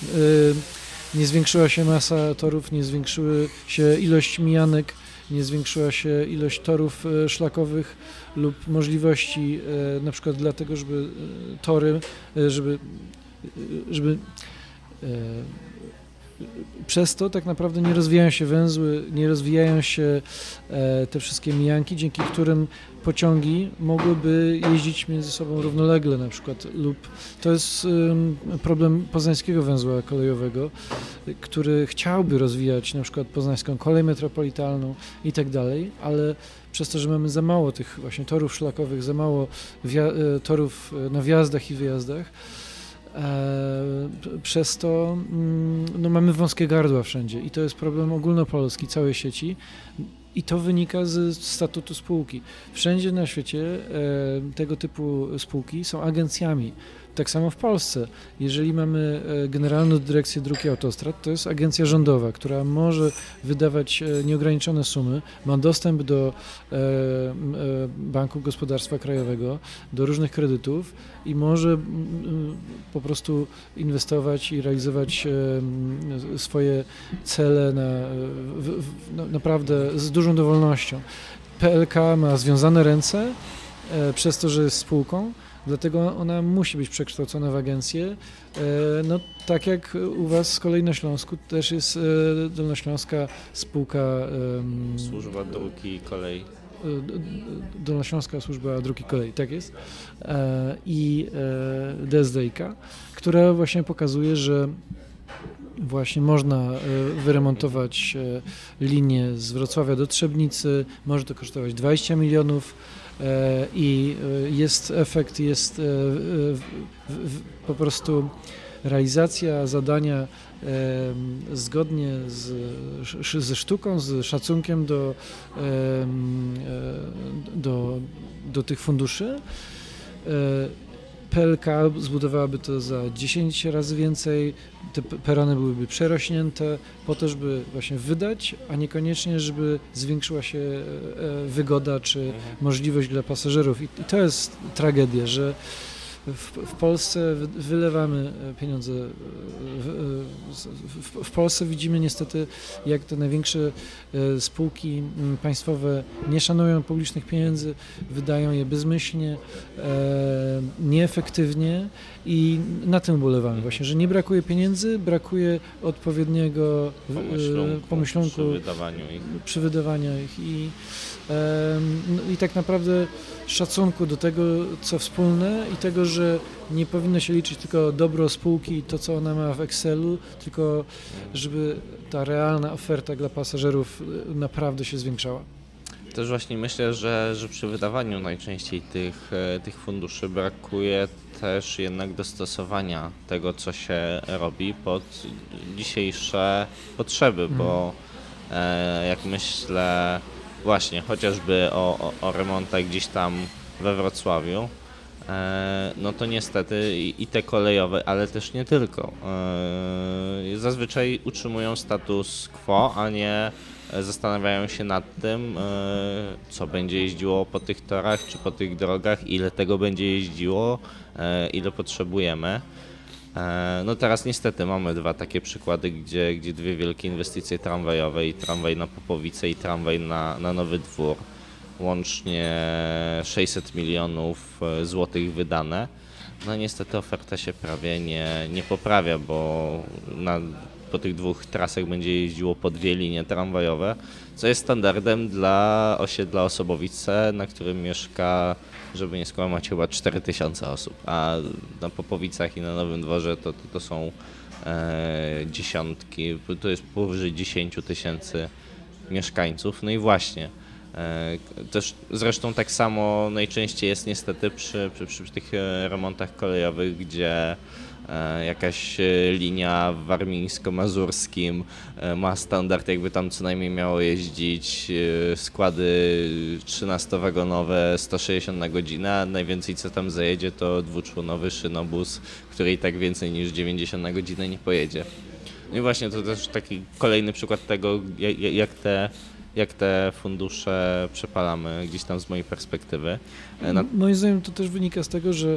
e, nie zwiększyła się masa torów, nie zwiększyły się ilość mijanek, nie zwiększyła się ilość torów e, szlakowych lub możliwości e, na przykład dlatego, żeby e, tory, e, żeby, żeby e, przez to tak naprawdę nie rozwijają się węzły, nie rozwijają się e, te wszystkie mijanki, dzięki którym pociągi mogłyby jeździć między sobą równolegle na przykład, lub to jest ym, problem poznańskiego węzła kolejowego, który chciałby rozwijać na przykład poznańską kolej metropolitalną i tak dalej, ale przez to, że mamy za mało tych właśnie torów szlakowych, za mało wia- torów na wjazdach i wyjazdach, E, przez to mm, no, mamy wąskie gardła wszędzie i to jest problem ogólnopolski, całej sieci i to wynika z statutu spółki. Wszędzie na świecie e, tego typu spółki są agencjami. Tak samo w Polsce. Jeżeli mamy e, Generalną Dyrekcję Dróg i Autostrad, to jest agencja rządowa, która może wydawać e, nieograniczone sumy, ma dostęp do e, e, Banku Gospodarstwa Krajowego, do różnych kredytów i może m, po prostu inwestować i realizować e, swoje cele na, w, w, na, naprawdę z dużą dowolnością. P L K ma związane ręce e, przez to, że jest spółką. Dlatego ona musi być przekształcona w agencję. No tak jak u Was z kolei na Śląsku też jest Dolnośląska spółka Służba Dróg i Kolei. Dolnośląska Służba Dróg i Kolei, tak jest. I D S D I K, która właśnie pokazuje, że właśnie można wyremontować linię z Wrocławia do Trzebnicy, może to kosztować dwadzieścia milionów. I jest efekt, jest po prostu realizacja zadania zgodnie z, ze sztuką, z szacunkiem do, do, do tych funduszy. P L K zbudowałaby to za dziesięć razy więcej, te perony byłyby przerośnięte po to, żeby właśnie wydać, a niekoniecznie, żeby zwiększyła się wygoda czy możliwość dla pasażerów. I to jest tragedia, że w, w Polsce wylewamy pieniądze. W, w, w Polsce widzimy niestety, jak te największe spółki państwowe nie szanują publicznych pieniędzy, wydają je bezmyślnie, nieefektywnie i na tym ubolewamy właśnie, że nie brakuje pieniędzy, brakuje odpowiedniego pomyślunku, pomyślunku przy wydawaniu ich. Przy wydawaniu ich. I, no i tak naprawdę szacunku do tego, co wspólne i tego, że nie powinno się liczyć tylko dobro spółki i to, co ona ma w Excelu, tylko żeby ta realna oferta dla pasażerów naprawdę się zwiększała. Też właśnie myślę, że, że przy wydawaniu najczęściej tych, tych funduszy brakuje też jednak dostosowania tego, co się robi pod dzisiejsze potrzeby, hmm. bo e, jak myślę właśnie chociażby o, o, o remontach gdzieś tam we Wrocławiu, e, no to niestety i, i te kolejowe, ale też nie tylko, e, zazwyczaj utrzymują status quo, a nie zastanawiają się nad tym, co będzie jeździło po tych torach czy po tych drogach, ile tego będzie jeździło, ile potrzebujemy. No teraz niestety mamy dwa takie przykłady, gdzie, gdzie dwie wielkie inwestycje tramwajowe, i tramwaj na Popowice i tramwaj na, na Nowy Dwór, łącznie sześćset milionów złotych wydane. No niestety oferta się prawie nie, nie poprawia, bo na po tych dwóch trasach będzie jeździło po dwie linie tramwajowe, co jest standardem dla osiedla Osobowice, na którym mieszka, żeby nie skłamać, chyba cztery tysiące osób, a na Popowicach i na Nowym Dworze to, to, to są e, dziesiątki, to jest powyżej dziesięć tysięcy mieszkańców. No i właśnie, e, też zresztą tak samo najczęściej jest niestety przy, przy, przy tych remontach kolejowych, gdzie jakaś linia w warmińsko-mazurskim ma standard, jakby tam co najmniej miało jeździć składy trzynastowagonowe sto sześćdziesiąt na godzinę, a najwięcej co tam zajedzie to dwuczłonowy szynobus, który i tak więcej niż dziewięćdziesiąt na godzinę nie pojedzie. No i właśnie to też taki kolejny przykład tego, jak te jak te fundusze przepalamy gdzieś tam z mojej perspektywy. Na... Moim zdaniem to też wynika z tego, że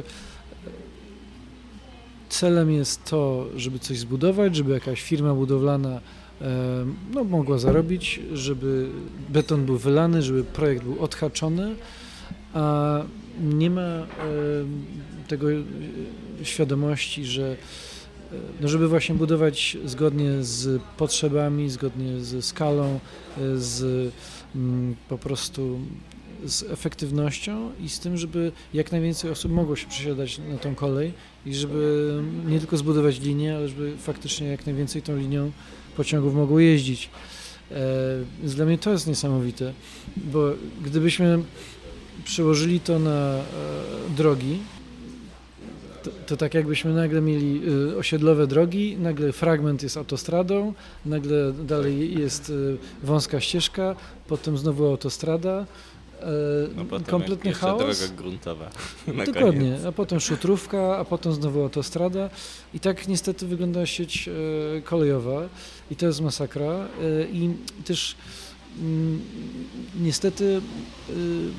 celem jest to, żeby coś zbudować, żeby jakaś firma budowlana no, mogła zarobić, żeby beton był wylany, żeby projekt był odhaczony, a nie ma tego świadomości, że no żeby właśnie budować zgodnie z potrzebami, zgodnie ze skalą, z mm, po prostu z efektywnością i z tym, żeby jak najwięcej osób mogło się przesiadać na tą kolej i żeby nie tylko zbudować linię, ale żeby faktycznie jak najwięcej tą linią pociągów mogło jeździć. Więc dla mnie to jest niesamowite, bo gdybyśmy przełożyli to na drogi, to, to tak jakbyśmy nagle mieli osiedlowe drogi, nagle fragment jest autostradą, nagle dalej jest wąska ścieżka, potem znowu autostrada, No potem kompletny jeszcze chaos. droga gruntowa. Na Dokładnie, koniec. a potem szutrówka, a potem znowu autostrada i tak niestety wygląda sieć e, kolejowa i to jest masakra e, i też mm, niestety e,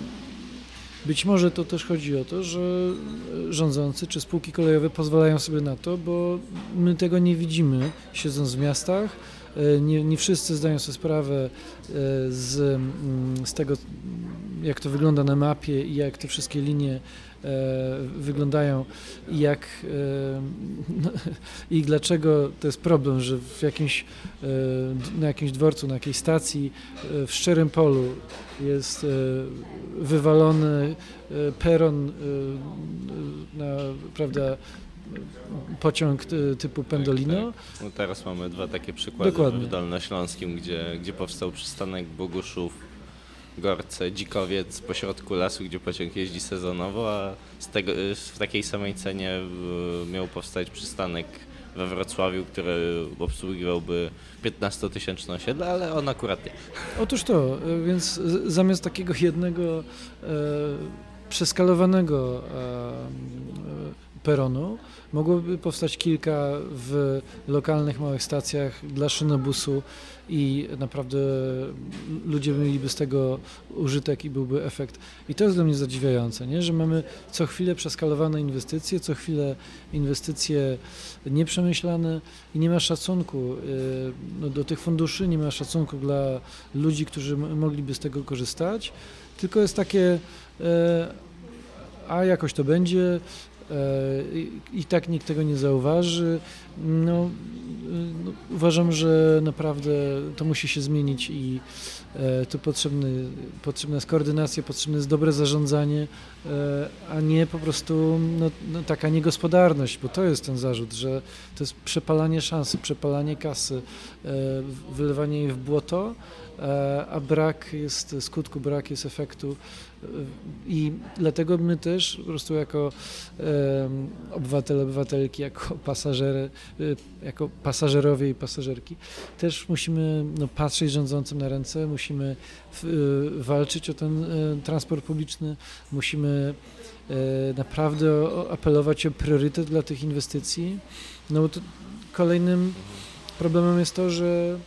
być może to też chodzi o to, że rządzący czy spółki kolejowe pozwalają sobie na to, bo my tego nie widzimy siedząc w miastach. Nie, nie wszyscy zdają sobie sprawę z, z tego, jak to wygląda na mapie i jak te wszystkie linie wyglądają i jak no, i dlaczego to jest problem, że w jakimś, na jakimś dworcu, na jakiejś stacji w szczerym polu jest wywalony peron na, prawda, pociąg typu Pendolino. Tak, tak. No teraz mamy dwa takie przykłady. Dokładnie. W Dolnośląskim, gdzie, gdzie powstał przystanek Boguszów, Gorce, Dzikowiec pośrodku lasu, gdzie pociąg jeździ sezonowo, a z tego, w takiej samej cenie miał powstać przystanek we Wrocławiu, który obsługiwałby piętnastotysięczne osiedle, ale on akurat nie. Otóż to, więc zamiast takiego jednego e, przeskalowanego e, peronu mogłoby powstać kilka w lokalnych małych stacjach dla szynobusu i naprawdę ludzie mieliby z tego użytek i byłby efekt. I to jest dla mnie zadziwiające, nie? Że mamy co chwilę przeskalowane inwestycje, co chwilę inwestycje nieprzemyślane i nie ma szacunku no, do tych funduszy, nie ma szacunku dla ludzi, którzy mogliby z tego korzystać, tylko jest takie a jakoś to będzie, i tak nikt tego nie zauważy. No, no, uważam, że naprawdę to musi się zmienić i tu potrzebny, potrzebna jest koordynacja, potrzebne jest dobre zarządzanie, a nie po prostu no, no, taka niegospodarność, bo to jest ten zarzut, że to jest przepalanie szansy, przepalanie kasy, wylewanie jej w błoto, a brak jest skutku, brak jest efektu i dlatego my też po prostu jako obywatele, obywatelki, jako pasażery, jako pasażerowie i pasażerki też musimy no, patrzeć rządzącym na ręce, musimy w, walczyć o ten transport publiczny, musimy naprawdę apelować o priorytet dla tych inwestycji. No bo to kolejnym problemem jest to, że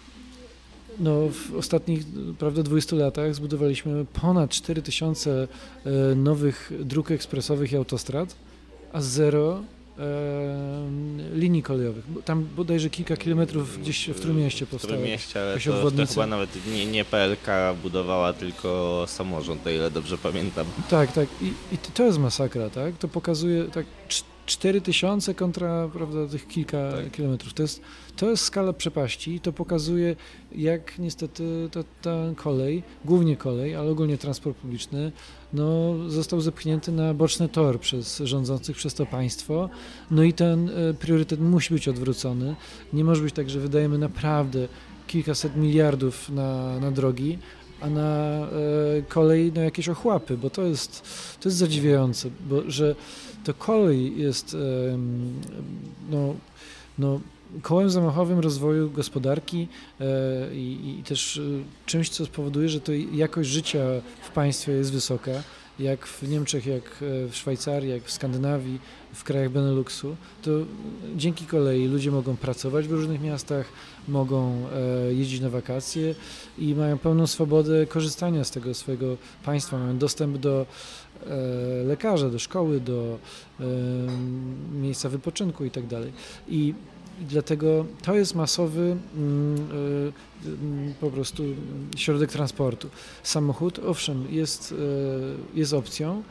no, w ostatnich prawda, dwudziestu latach zbudowaliśmy ponad cztery tysiące nowych dróg ekspresowych i autostrad, a zero e, linii kolejowych. Tam bodajże kilka kilometrów gdzieś w Trójmieście powstało. W Trójmieście, ale to, to chyba nawet nie, nie P L K budowała, tylko samorząd, o ile dobrze pamiętam. Tak, tak. I, i to jest masakra, tak? To pokazuje tak cztery tysiące kontra prawda, tych kilka tak. kilometrów. To jest, to jest skala przepaści i to pokazuje, jak niestety ta, ta kolej, głównie kolej, ale ogólnie transport publiczny, no, został zepchnięty na boczny tor przez rządzących, przez to państwo. No i ten e, priorytet musi być odwrócony. Nie może być tak, że wydajemy naprawdę kilkaset miliardów na, na drogi, a na e, kolej no, jakieś ochłapy, bo to jest, to jest zadziwiające, bo że to kolej jest e, no, no, kołem zamachowym rozwoju gospodarki e, i, i też e, czymś, co spowoduje, że to jakość życia w państwie jest wysoka, jak w Niemczech, jak w Szwajcarii, jak w Skandynawii, w krajach Beneluxu, to dzięki kolei ludzie mogą pracować w różnych miastach, mogą e, jeździć na wakacje i mają pełną swobodę korzystania z tego swojego państwa, mają dostęp do e, lekarza, do szkoły, do e, miejsca wypoczynku i tak dalej. I I dlatego to jest masowy mm, y, po prostu środek transportu. Samochód, owszem, jest, y, jest opcją,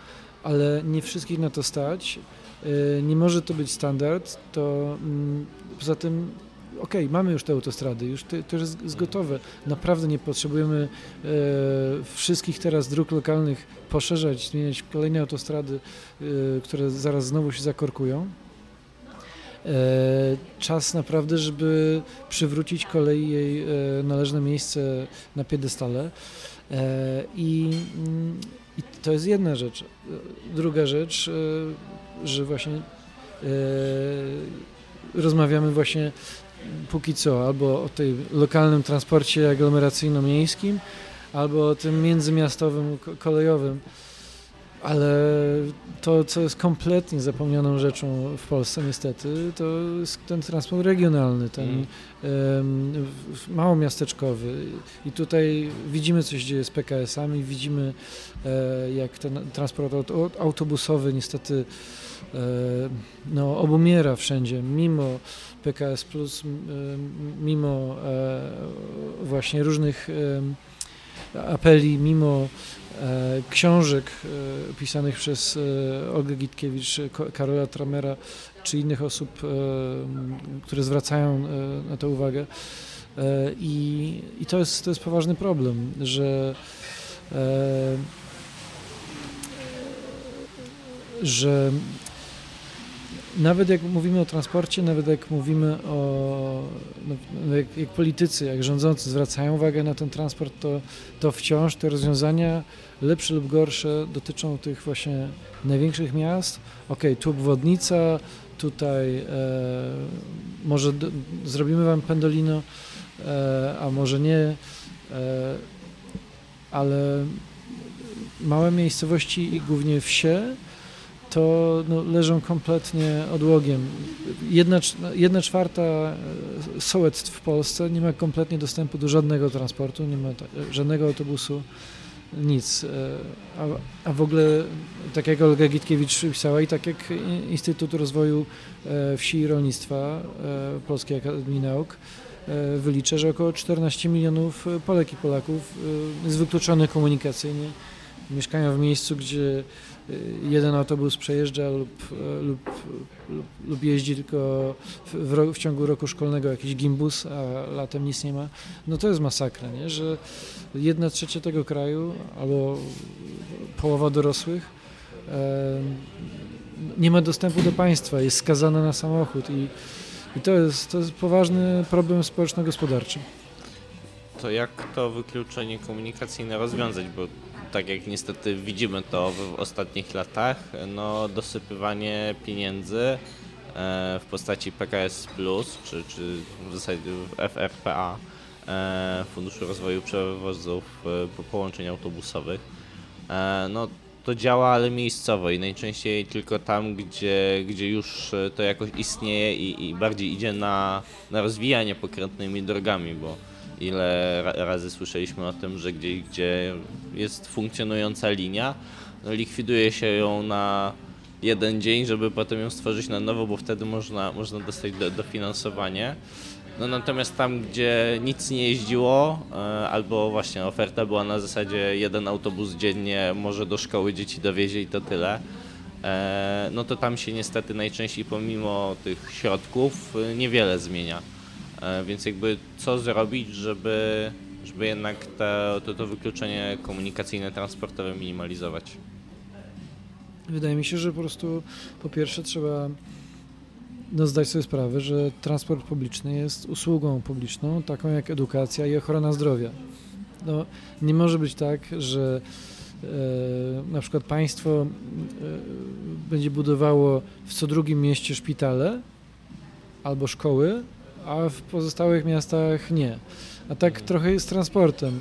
ale nie wszystkich na to stać. Nie może to być standard, to poza tym okej, okay, mamy już te autostrady, już to, to jest, jest gotowe. Naprawdę nie potrzebujemy e, wszystkich teraz dróg lokalnych poszerzać, zmieniać kolejne autostrady, e, które zaraz znowu się zakorkują. E, czas naprawdę, żeby przywrócić kolei jej e, należne miejsce na piedestale. E, i, I to jest jedna rzecz. Druga rzecz, e, że właśnie e, rozmawiamy właśnie póki co albo o tej lokalnym transporcie aglomeracyjno-miejskim, albo o tym międzymiastowym, kolejowym, ale to, co jest kompletnie zapomnianą rzeczą w Polsce niestety, to jest ten transport regionalny, ten mm. um, małomiasteczkowy i tutaj widzimy, co się dzieje z P K S-ami, widzimy e, jak ten transport autobusowy niestety e, no, obumiera wszędzie, mimo P K S plus, mimo e, właśnie różnych e, apeli, mimo e, książek e, pisanych przez e, Olgę Gitkiewicz, Karola Tramera czy innych osób, e, które zwracają e, na to uwagę. E, i, I to jest, to jest poważny problem, że e, że nawet jak mówimy o transporcie, nawet jak mówimy o, no, jak, jak politycy, jak rządzący zwracają uwagę na ten transport, to, to wciąż te rozwiązania, lepsze lub gorsze, dotyczą tych właśnie największych miast. Okej, okay, tu obwodnica, tutaj e, może do, zrobimy wam pendolino, e, a może nie, e, ale małe miejscowości i głównie wsie to no, leżą kompletnie odłogiem. Jedna, jedna czwarta sołectw w Polsce nie ma kompletnie dostępu do żadnego transportu, nie ma żadnego autobusu, nic. A, a w ogóle, tak jak Olga Gitkiewicz pisała i tak jak Instytut Rozwoju Wsi i Rolnictwa Polskiej Akademii Nauk wylicza, że około czternaście milionów Polek i Polaków jest wykluczonych komunikacyjnie, mieszkają w miejscu, gdzie jeden autobus przejeżdża lub, lub, lub, lub jeździ tylko w, w, w ciągu roku szkolnego jakiś gimbus, a latem nic nie ma. No to jest masakra, nie? Że jedna trzecia tego kraju albo połowa dorosłych e, nie ma dostępu do państwa, jest skazana na samochód i, i to, jest, to jest poważny problem społeczno-gospodarczy. To jak to wykluczenie komunikacyjne rozwiązać, bo tak jak niestety widzimy to w ostatnich latach, no dosypywanie pieniędzy w postaci P K S plus, czy, czy w zasadzie F R P A, Funduszu Rozwoju Przewozów Połączeń Autobusowych, no to działa, ale miejscowo i najczęściej tylko tam, gdzie, gdzie już to jakoś istnieje i, i bardziej idzie na, na rozwijanie pokrętnymi drogami, bo ile razy słyszeliśmy o tym, że gdzieś, gdzie jest funkcjonująca linia, no likwiduje się ją na jeden dzień, żeby potem ją stworzyć na nowo, bo wtedy można, można dostać do, dofinansowanie. No natomiast tam, gdzie nic nie jeździło, albo właśnie oferta była na zasadzie jeden autobus dziennie, może do szkoły dzieci dowiezie i to tyle, no to tam się niestety najczęściej pomimo tych środków niewiele zmienia. Więc jakby co zrobić, żeby, żeby jednak to, to, to wykluczenie komunikacyjne, transportowe minimalizować? Wydaje mi się, że po prostu po pierwsze trzeba no, zdać sobie sprawę, że transport publiczny jest usługą publiczną, taką jak edukacja i ochrona zdrowia. No, nie może być tak, że e, na przykład państwo e, będzie budowało w co drugim mieście szpitale albo szkoły, a w pozostałych miastach nie. A tak mhm. trochę jest z transportem,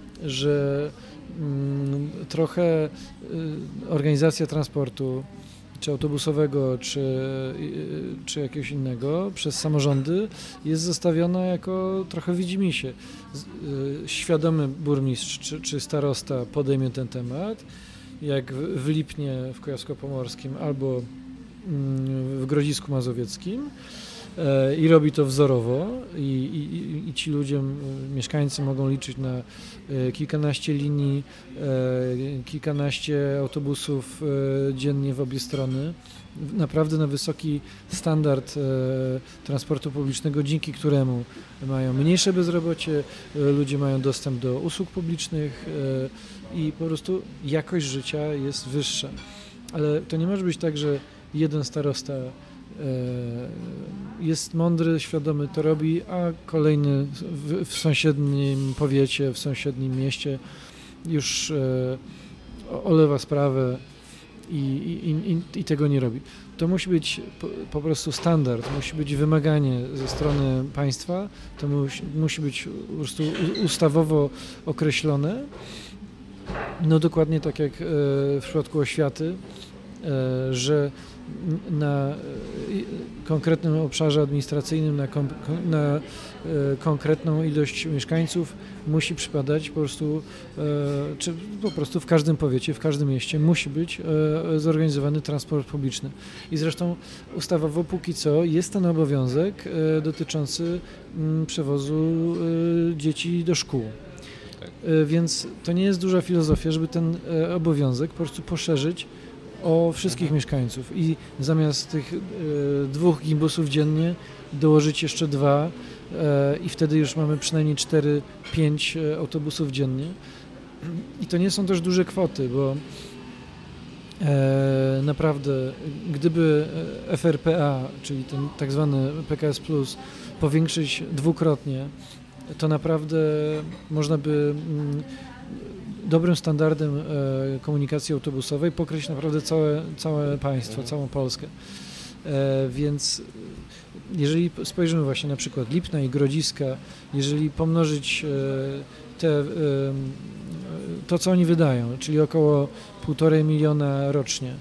że mm, trochę y, organizacja transportu, czy autobusowego, czy, y, czy jakiegoś innego przez samorządy jest zostawiona jako trochę widzimisię. Y, świadomy burmistrz czy, czy starosta podejmie ten temat, jak w, w Lipnie w Kujawsko-Pomorskim albo y, w Grodzisku Mazowieckim, i robi to wzorowo i, i, i ci ludzie, mieszkańcy mogą liczyć na kilkanaście linii, kilkanaście autobusów dziennie w obie strony. Naprawdę na wysoki standard transportu publicznego, dzięki któremu mają mniejsze bezrobocie, ludzie mają dostęp do usług publicznych i po prostu jakość życia jest wyższa. Ale to nie może być tak, że jeden starosta jest mądry, świadomy, to robi, a kolejny w, w sąsiednim powiecie, w sąsiednim mieście już olewa sprawę i, i, i, i tego nie robi. To musi być po, po prostu standard, musi być wymaganie ze strony państwa, to musi, musi być po prostu ustawowo określone. No dokładnie tak jak w przypadku oświaty, że na konkretnym obszarze administracyjnym, na, kom, na konkretną ilość mieszkańców musi przypadać po prostu, czy po prostu w każdym powiecie, w każdym mieście musi być zorganizowany transport publiczny. I zresztą ustawowo póki co jest ten obowiązek dotyczący przewozu dzieci do szkół. Więc to nie jest duża filozofia, żeby ten obowiązek po prostu poszerzyć o wszystkich mhm. mieszkańców i zamiast tych y, dwóch gimbusów dziennie dołożyć jeszcze dwa y, i wtedy już mamy przynajmniej cztery, pięć autobusów dziennie. I to nie są też duże kwoty, bo e, naprawdę gdyby F R P A, czyli ten tak zwany P K S plus, powiększyć dwukrotnie, to naprawdę można by mm, dobrym standardem e, komunikacji autobusowej pokryć naprawdę całe, całe państwo, całą Polskę. E, więc jeżeli spojrzymy właśnie na przykład Lipna i Grodziska, jeżeli pomnożyć e, te, e, to, co oni wydają, czyli około półtorej miliona rocznie,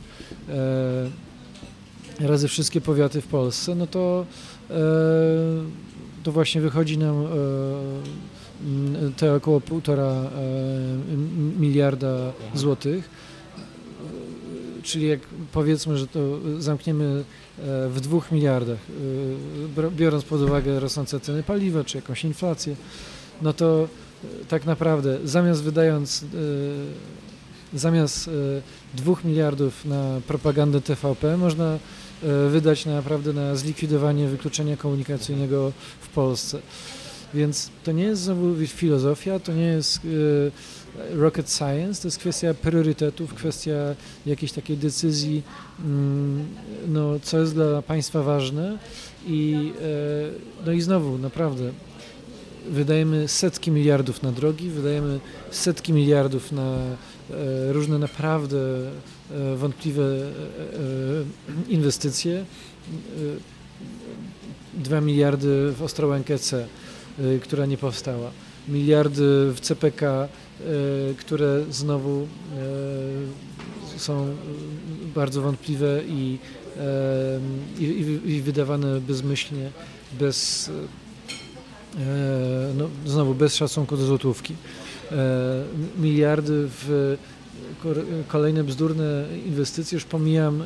e, razy wszystkie powiaty w Polsce, no to, e, to właśnie wychodzi nam e, te około półtora miliarda złotych, czyli jak powiedzmy, że to zamkniemy w dwóch miliardach, biorąc pod uwagę rosnące ceny paliwa czy jakąś inflację, no to tak naprawdę zamiast wydając zamiast dwóch miliardów na propagandę T V P można wydać naprawdę na zlikwidowanie wykluczenia komunikacyjnego w Polsce. Więc to nie jest znowu filozofia, to nie jest y, rocket science, to jest kwestia priorytetów, kwestia jakiejś takiej decyzji, mm, no, co jest dla państwa ważne i, y, no i znowu naprawdę wydajemy setki miliardów na drogi, wydajemy setki miliardów na y, różne naprawdę y, wątpliwe y, y, inwestycje, dwa miliardy w Ostrołękę C, która nie powstała, miliardy w C P K, które znowu są bardzo wątpliwe i, i, i wydawane bezmyślnie, bez, no, znowu bez szacunku do złotówki. Miliardy w kolejne bzdurne inwestycje, już pomijam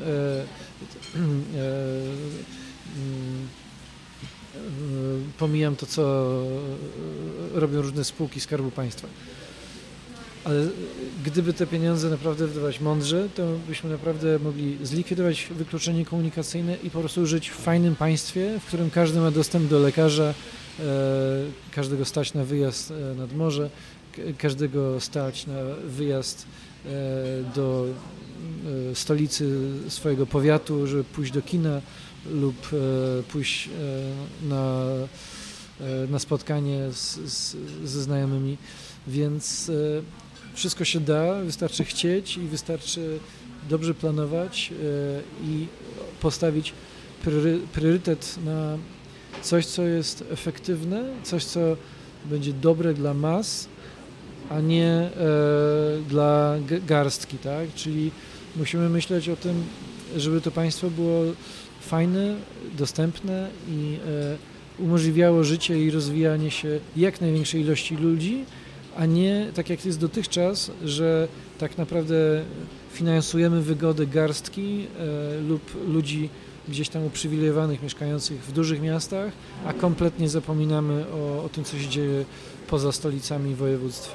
pomijam to, co robią różne spółki Skarbu Państwa. Ale gdyby te pieniądze naprawdę wydawać mądrze, to byśmy naprawdę mogli zlikwidować wykluczenie komunikacyjne i po prostu żyć w fajnym państwie, w którym każdy ma dostęp do lekarza, każdego stać na wyjazd nad morze, każdego stać na wyjazd do stolicy swojego powiatu, żeby pójść do kina lub pójść na, na spotkanie z, z, ze znajomymi, więc wszystko się da, wystarczy chcieć i wystarczy dobrze planować i postawić priorytet na coś, co jest efektywne, coś, co będzie dobre dla mas, a nie e, dla garstki, tak? Czyli musimy myśleć o tym, żeby to państwo było fajne, dostępne i e, umożliwiało życie i rozwijanie się jak największej ilości ludzi, a nie tak jak jest dotychczas, że tak naprawdę finansujemy wygodę garstki e, lub ludzi gdzieś tam uprzywilejowanych, mieszkających w dużych miastach, a kompletnie zapominamy o, o tym, co się dzieje poza stolicami województw.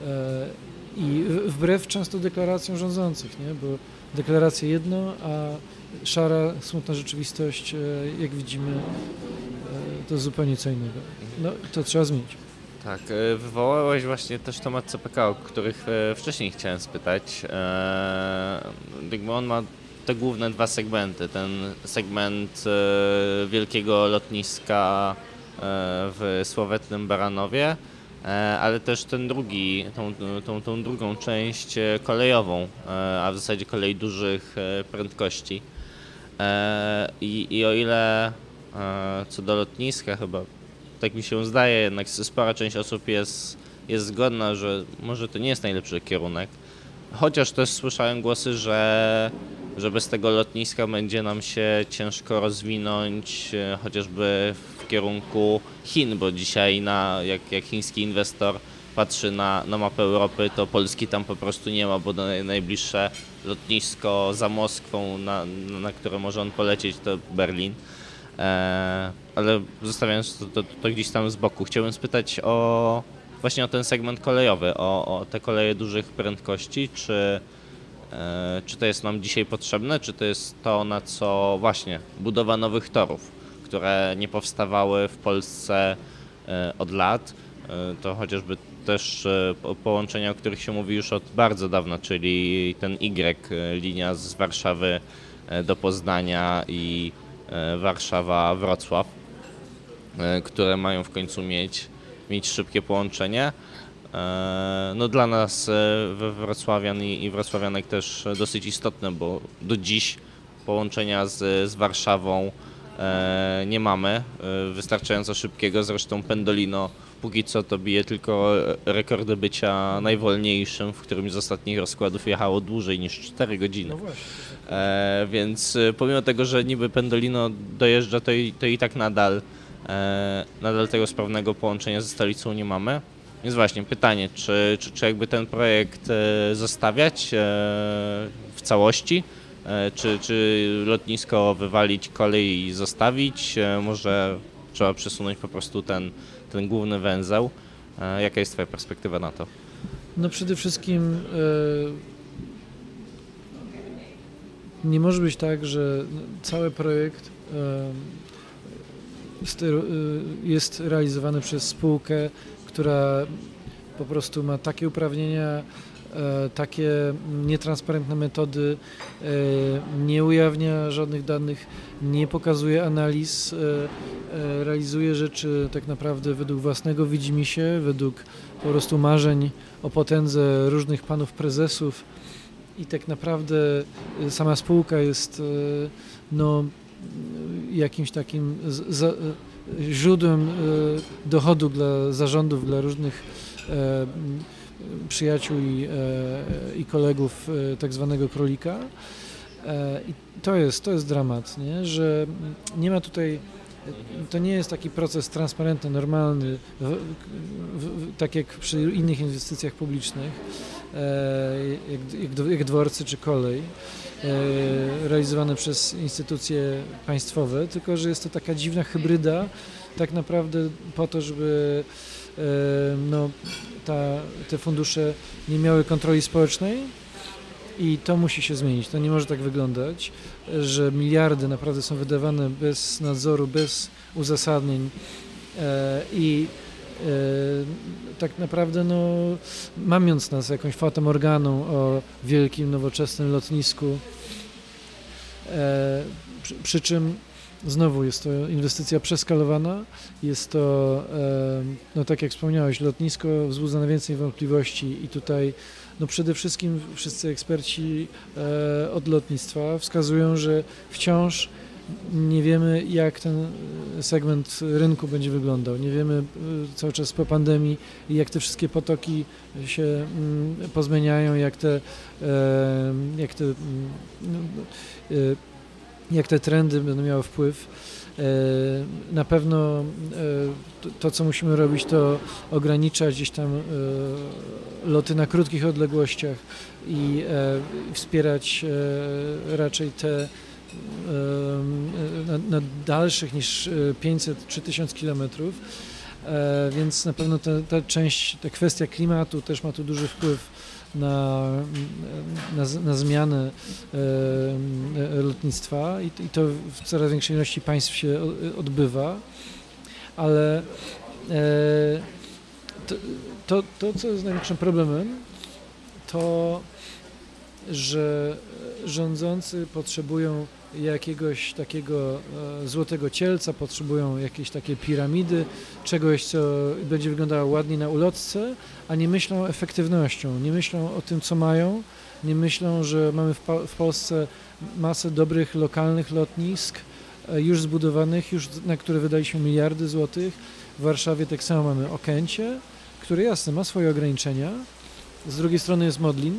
I wbrew często deklaracjom rządzących, nie? Bo deklaracje jedno, a szara, smutna rzeczywistość, jak widzimy, to zupełnie co innego. No, to trzeba zmienić. Tak, e, wywołałeś właśnie też temat C P K, o których e, wcześniej chciałem spytać. E, Jakby on ma te główne dwa segmenty. Ten segment e, wielkiego lotniska e, w sławetnym Baranowie, e, ale też ten drugi, tą, tą, tą drugą część e, kolejową, e, a w zasadzie kolei dużych e, prędkości. E, I, I o ile e, co do lotniska chyba, tak mi się zdaje, jednak spora część osób jest, jest zgodna, że może to nie jest najlepszy kierunek. Chociaż też słyszałem głosy, że, że bez tego lotniska będzie nam się ciężko rozwinąć e, chociażby w kierunku Chin, bo dzisiaj na, jak, jak chiński inwestor patrzy na, na mapę Europy, to Polski tam po prostu nie ma, bo naj, najbliższe lotnisko za Moskwą, na, na które może on polecieć, to Berlin. E, ale zostawiając to, to, to gdzieś tam z boku, chciałbym spytać o właśnie o ten segment kolejowy, o, o te koleje dużych prędkości, czy, e, czy to jest nam dzisiaj potrzebne, czy to jest to, na co właśnie budowa nowych torów, które nie powstawały w Polsce e, od lat, e, to chociażby też e, po, połączenia, o których się mówi już od bardzo dawna, czyli ten Y, e, linia z Warszawy e, do Poznania i Warszawa-Wrocław, które mają w końcu mieć, mieć szybkie połączenie. No dla nas wrocławian i wrocławianek też dosyć istotne, bo do dziś połączenia z, z Warszawą nie mamy wystarczająco szybkiego, zresztą Pendolino póki co to bije tylko rekordy bycia najwolniejszym, w którym z ostatnich rozkładów jechało dłużej niż cztery godziny. No właśnie. E, więc pomimo tego, że niby Pendolino dojeżdża, to i, to i tak nadal, e, nadal tego sprawnego połączenia ze stolicą nie mamy. Więc właśnie pytanie, czy, czy, czy jakby ten projekt e, zostawiać e, w całości, e, czy, czy lotnisko wywalić, kolej i zostawić, e, może trzeba przesunąć po prostu ten, ten główny węzeł. E, jaka jest twoja perspektywa na to? No przede wszystkim e, nie może być tak, że cały projekt jest realizowany przez spółkę, która po prostu ma takie uprawnienia, takie nietransparentne metody, nie ujawnia żadnych danych, nie pokazuje analiz, realizuje rzeczy tak naprawdę według własnego widzimisię, według po prostu marzeń o potędze różnych panów prezesów. I tak naprawdę sama spółka jest no, jakimś takim z, za, źródłem dochodu dla zarządów, dla różnych e, przyjaciół i, e, i kolegów e, tak zwanego królika. E, I to jest, to jest dramat, nie? Że nie ma tutaj, to nie jest taki proces transparentny, normalny, w, w, w, tak jak przy innych inwestycjach publicznych, Jak, jak, jak dworcy czy kolej, realizowane przez instytucje państwowe, tylko że jest to taka dziwna hybryda tak naprawdę po to, żeby no, ta, te fundusze nie miały kontroli społecznej i to musi się zmienić. To nie może tak wyglądać, że miliardy naprawdę są wydawane bez nadzoru, bez uzasadnień i tak naprawdę no, mamiąc nas jakąś fatamorganą o wielkim, nowoczesnym lotnisku, e, przy, przy czym znowu jest to inwestycja przeskalowana, jest to, e, no tak jak wspomniałeś, lotnisko wzbudza najwięcej wątpliwości i tutaj no przede wszystkim wszyscy eksperci e, od lotnictwa wskazują, że wciąż nie wiemy, jak ten segment rynku będzie wyglądał. Nie wiemy cały czas po pandemii, jak te wszystkie potoki się pozmieniają, jak te, jak te, jak te trendy będą miały wpływ. Na pewno to, co musimy robić, to ograniczać gdzieś tam loty na krótkich odległościach i wspierać raczej te na dalszych niż pięćset czy tysiąc kilometrów, więc na pewno ta, ta część, ta kwestia klimatu też ma tu duży wpływ na, na, na zmianę lotnictwa i, i to w coraz większej ilości państw się odbywa, ale to, to, to co jest największym problemem, to że rządzący potrzebują jakiegoś takiego złotego cielca, potrzebują jakiejś takiej piramidy, czegoś, co będzie wyglądało ładnie na ulotce, a nie myślą efektywnością, nie myślą o tym, co mają, nie myślą, że mamy w, w Polsce masę dobrych, lokalnych lotnisk, już zbudowanych, już na które wydaliśmy miliardy złotych. W Warszawie tak samo mamy Okęcie, które jasne ma swoje ograniczenia. Z drugiej strony jest Modlin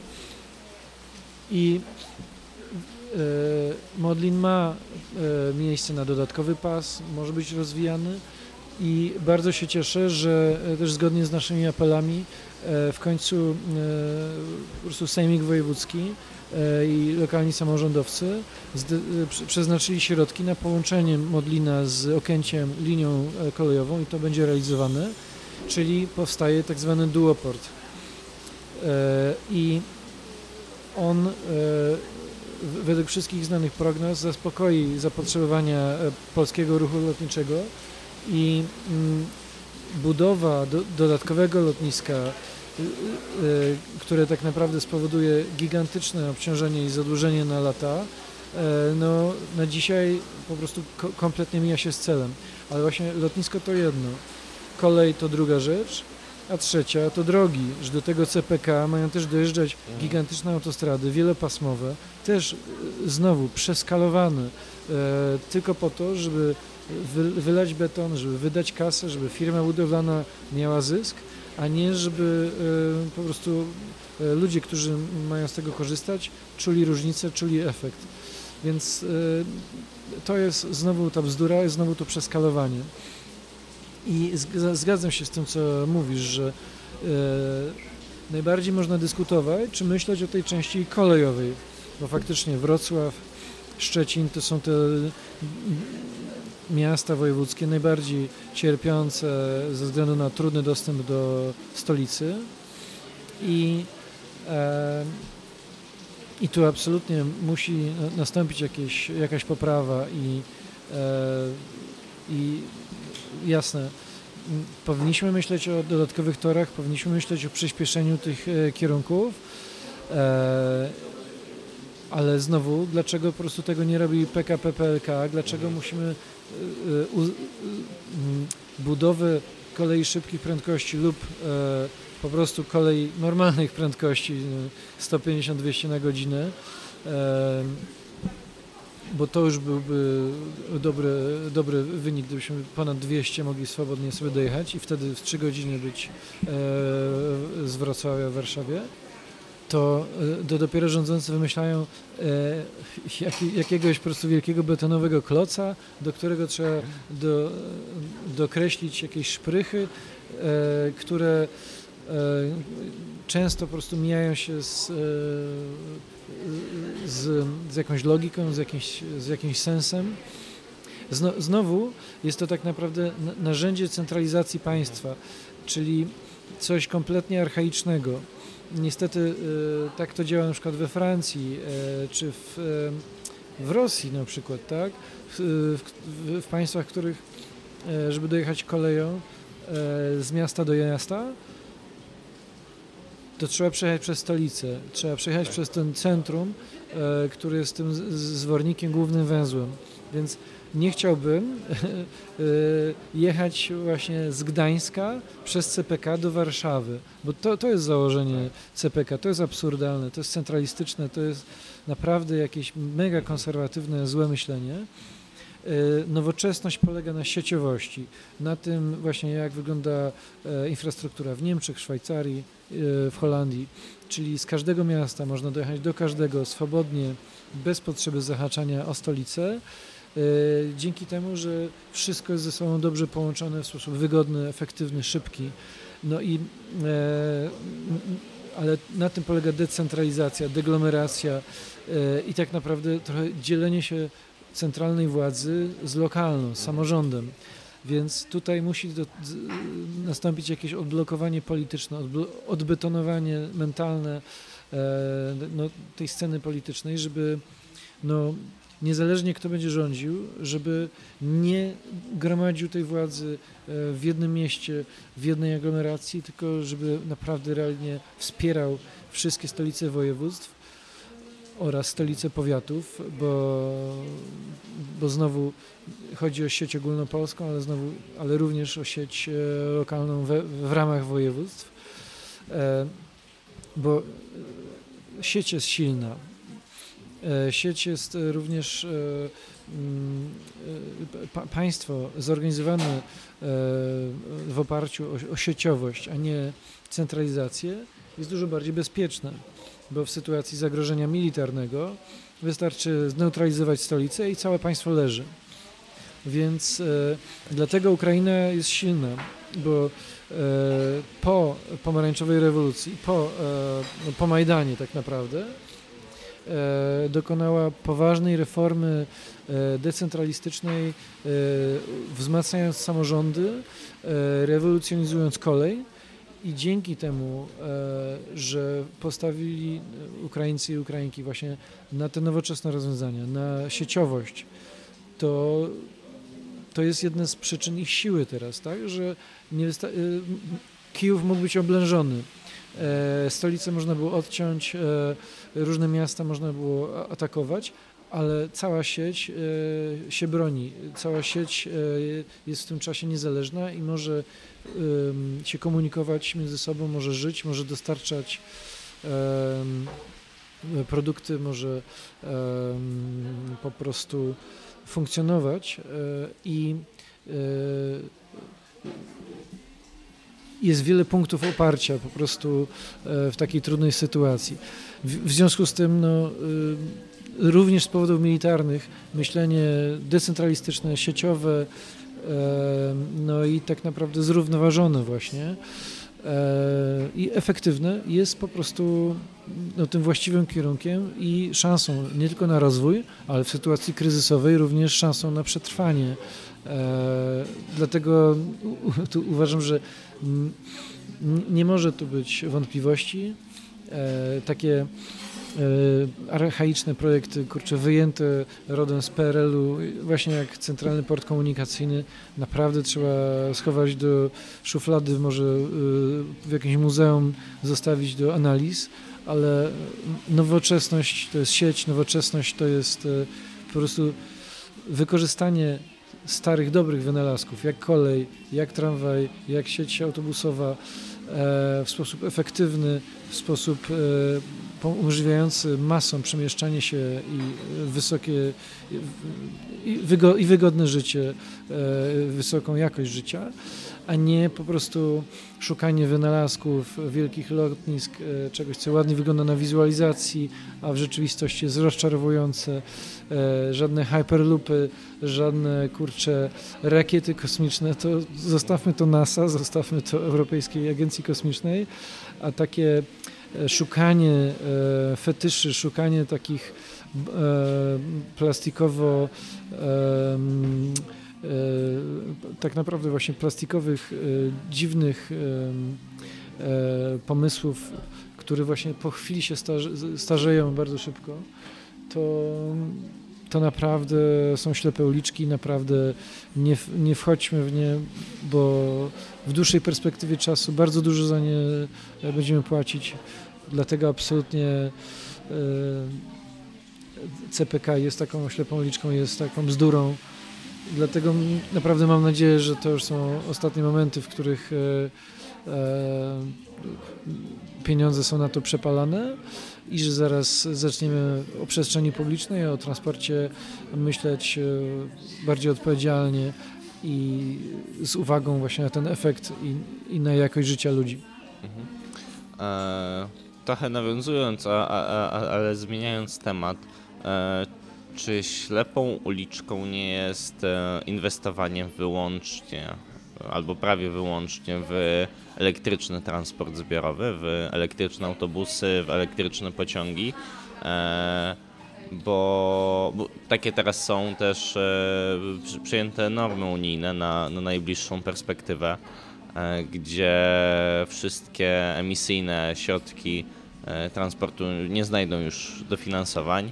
i e, Modlin ma e, miejsce na dodatkowy pas, może być rozwijany i bardzo się cieszę, że e, też zgodnie z naszymi apelami e, w końcu e, po prostu Sejmik Wojewódzki e, i lokalni samorządowcy zde, e, przeznaczyli środki na połączenie Modlina z Okęciem linią e, kolejową i to będzie realizowane, czyli powstaje tak zwany duoport. I on według wszystkich znanych prognoz zaspokoi zapotrzebowania polskiego ruchu lotniczego i budowa do, dodatkowego lotniska, które tak naprawdę spowoduje gigantyczne obciążenie i zadłużenie na lata, no na dzisiaj po prostu ko- kompletnie mija się z celem. Ale właśnie lotnisko to jedno, kolej to druga rzecz, a trzecia to drogi, że do tego C P K mają też dojeżdżać gigantyczne autostrady, wielopasmowe, też znowu przeskalowane e, tylko po to, żeby wy, wylać beton, żeby wydać kasę, żeby firma budowlana miała zysk, a nie żeby e, po prostu e, ludzie, którzy mają z tego korzystać, czuli różnicę, czuli efekt. Więc e, to jest znowu ta bzdura, jest znowu to przeskalowanie. I zgadzam się z tym, co mówisz, że e, najbardziej można dyskutować, czy myśleć o tej części kolejowej, bo faktycznie Wrocław, Szczecin to są te miasta wojewódzkie najbardziej cierpiące ze względu na trudny dostęp do stolicy i, e, i tu absolutnie musi nastąpić jakieś, jakaś poprawa i, e, i jasne, powinniśmy myśleć o dodatkowych torach, powinniśmy myśleć o przyspieszeniu tych e, kierunków, e, ale znowu, dlaczego po prostu tego nie robi P K P P L K, dlaczego musimy e, u, u, budowę kolei szybkich prędkości lub e, po prostu kolei normalnych prędkości sto pięćdziesiąt do dwustu na godzinę, e, bo to już byłby dobry, dobry wynik, gdybyśmy ponad dwieście mogli swobodnie sobie dojechać i wtedy w trzy godziny być e, z Wrocławia w Warszawie, to, to dopiero rządzący wymyślają e, jak, jakiegoś po prostu wielkiego betonowego kloca, do którego trzeba do, dokreślić jakieś szprychy, e, które e, często po prostu mijają się z, e, z, z jakąś logiką, z jakimś, z jakimś sensem. Zno, znowu jest to tak naprawdę narzędzie centralizacji państwa, czyli coś kompletnie archaicznego. Niestety y, tak to działa na przykład we Francji y, czy w, y, w Rosji na przykład, tak? W, w, w państwach, w których y, żeby dojechać koleją y, z miasta do miasta, to trzeba przejechać przez stolicę, trzeba przejechać przez ten centrum, e, który jest tym z, zwornikiem, głównym węzłem. Więc nie chciałbym e, jechać właśnie z Gdańska przez C P K do Warszawy, bo to, to jest założenie C P K, to jest absurdalne, to jest centralistyczne, to jest naprawdę jakieś mega konserwatywne, złe myślenie. Nowoczesność polega na sieciowości, na tym właśnie jak wygląda infrastruktura w Niemczech, w Szwajcarii, w Holandii, czyli z każdego miasta można dojechać do każdego swobodnie, bez potrzeby zahaczania o stolicę, dzięki temu, że wszystko jest ze sobą dobrze połączone w sposób wygodny, efektywny, szybki. No i ale na tym polega decentralizacja, deglomeracja i tak naprawdę trochę dzielenie się centralnej władzy z lokalną, z samorządem. Więc tutaj musi do, z, nastąpić jakieś odblokowanie polityczne, odblo, odbetonowanie mentalne e, no, tej sceny politycznej, żeby no, niezależnie kto będzie rządził, żeby nie gromadził tej władzy w jednym mieście, w jednej aglomeracji, tylko żeby naprawdę realnie wspierał wszystkie stolice województw oraz stolice powiatów, bo, bo znowu chodzi o sieć ogólnopolską, ale znowu, ale również o sieć lokalną we, w ramach województw, bo sieć jest silna. Sieć jest również pa, państwo zorganizowane w oparciu o, o sieciowość, a nie centralizację, jest dużo bardziej bezpieczne, bo w sytuacji zagrożenia militarnego wystarczy zneutralizować stolicę i całe państwo leży. Więc e, dlatego Ukraina jest silna, bo e, po pomarańczowej rewolucji, po, e, po Majdanie tak naprawdę, e, dokonała poważnej reformy e, decentralistycznej, e, wzmacniając samorządy, e, rewolucjonizując kolej. I dzięki temu, że postawili Ukraińcy i Ukrainki właśnie na te nowoczesne rozwiązania, na sieciowość, to, to jest jedna z przyczyn ich siły teraz, tak? Że nie wysta- Kijów mógł być oblężony, stolice można było odciąć, różne miasta można było atakować, ale cała sieć e, się broni, cała sieć e, jest w tym czasie niezależna i może e, się komunikować między sobą, może żyć, może dostarczać e, produkty, może e, po prostu funkcjonować e, i e, jest wiele punktów oparcia po prostu e, w takiej trudnej sytuacji. W, w związku z tym no, e, również z powodów militarnych myślenie decentralistyczne, sieciowe, no i tak naprawdę zrównoważone właśnie i efektywne jest po prostu no, tym właściwym kierunkiem i szansą nie tylko na rozwój, ale w sytuacji kryzysowej również szansą na przetrwanie. Dlatego tu uważam, że nie może tu być wątpliwości. Takie archaiczne projekty, kurczę, wyjęte rodem z P R L-u, właśnie jak Centralny Port Komunikacyjny, naprawdę trzeba schować do szuflady, może w jakimś muzeum zostawić do analiz, ale nowoczesność to jest sieć, nowoczesność to jest po prostu wykorzystanie starych, dobrych wynalazków, jak kolej, jak tramwaj, jak sieć autobusowa w sposób efektywny, w sposób umożliwiający masom przemieszczanie się i wysokie i, wygo, i wygodne życie, wysoką jakość życia, a nie po prostu szukanie wynalazków, wielkich lotnisk, czegoś, co ładnie wygląda na wizualizacji, a w rzeczywistości jest rozczarowujące. Żadne hyperloopy, żadne, kurcze, rakiety kosmiczne, to zostawmy to NASA, zostawmy to Europejskiej Agencji Kosmicznej, a takie szukanie fetyszy, szukanie takich plastikowo tak naprawdę właśnie plastikowych, dziwnych pomysłów, które właśnie po chwili się starze, starzeją bardzo szybko, to, to naprawdę są ślepe uliczki, naprawdę nie, nie wchodźmy w nie, bo w dłuższej perspektywie czasu bardzo dużo za nie będziemy płacić, dlatego absolutnie C P K jest taką ślepą uliczką, jest taką bzdurą. Dlatego naprawdę mam nadzieję, że to już są ostatnie momenty, w których e, e, pieniądze są na to przepalane i że zaraz zaczniemy o przestrzeni publicznej, o transporcie myśleć bardziej odpowiedzialnie i z uwagą właśnie na ten efekt i, i na jakość życia ludzi. Mhm. E, trochę nawiązując, a, a, a, ale zmieniając temat, e, czy ślepą uliczką nie jest inwestowanie wyłącznie albo prawie wyłącznie w elektryczny transport zbiorowy, w elektryczne autobusy, w elektryczne pociągi? bo, bo takie teraz są też e, przy- przyjęte normy unijne na, na najbliższą perspektywę, e, gdzie wszystkie emisyjne środki e, transportu nie znajdą już dofinansowań.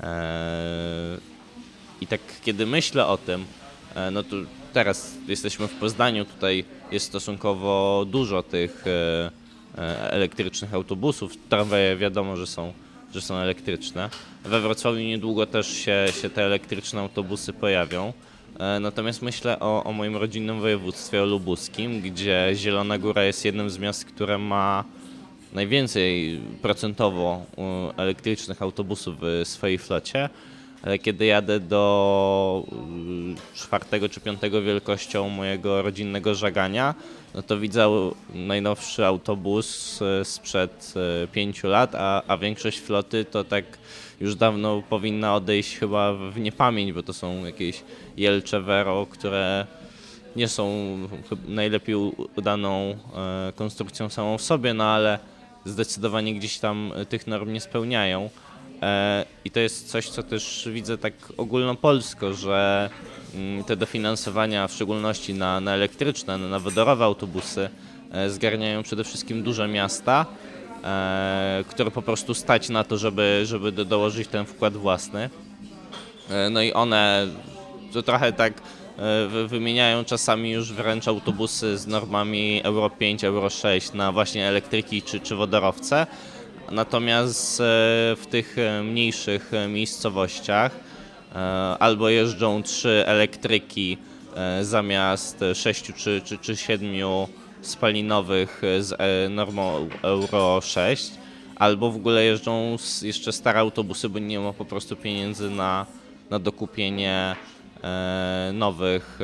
E, I tak kiedy myślę o tym, e, no to teraz jesteśmy w Poznaniu, tutaj jest stosunkowo dużo tych e, e, elektrycznych autobusów, tramwaje wiadomo, że są, że są elektryczne. We Wrocławiu niedługo też się, się te elektryczne autobusy pojawią. E, Natomiast myślę o, o moim rodzinnym województwie, o lubuskim, gdzie Zielona Góra jest jednym z miast, które ma najwięcej procentowo e, elektrycznych autobusów w swojej flocie. Ale kiedy jadę do y, czwartego czy piątego wielkością mojego rodzinnego Żagania, no to widzę najnowszy autobus y, sprzed y, pięciu lat, a, a większość floty to tak już dawno powinna odejść chyba w niepamięć, bo to są jakieś Jelcze Vero, które nie są chyb- najlepiej u- udaną e, konstrukcją samą w sobie, no ale zdecydowanie gdzieś tam e, tych norm nie spełniają. E, I to jest coś, co też widzę tak ogólnopolsko, że mm, te dofinansowania, w szczególności na, na elektryczne, na wodorowe autobusy, e, zgarniają przede wszystkim duże miasta, e, które po prostu stać na to, żeby, żeby do, dołożyć ten wkład własny. E, No i one to trochę tak e, wy- wymieniają czasami już wręcz autobusy z normami Euro pięć, Euro sześć na właśnie elektryki czy, czy wodorowce. Natomiast e, w tych e, mniejszych e, miejscowościach e, albo jeżdżą trzy elektryki e, zamiast sześciu czy, czy, czy siedmiu spalinowych e, z e, normą Euro sześć, albo w ogóle jeżdżą s- jeszcze stare autobusy, bo nie ma po prostu pieniędzy na, na dokupienie e, nowych,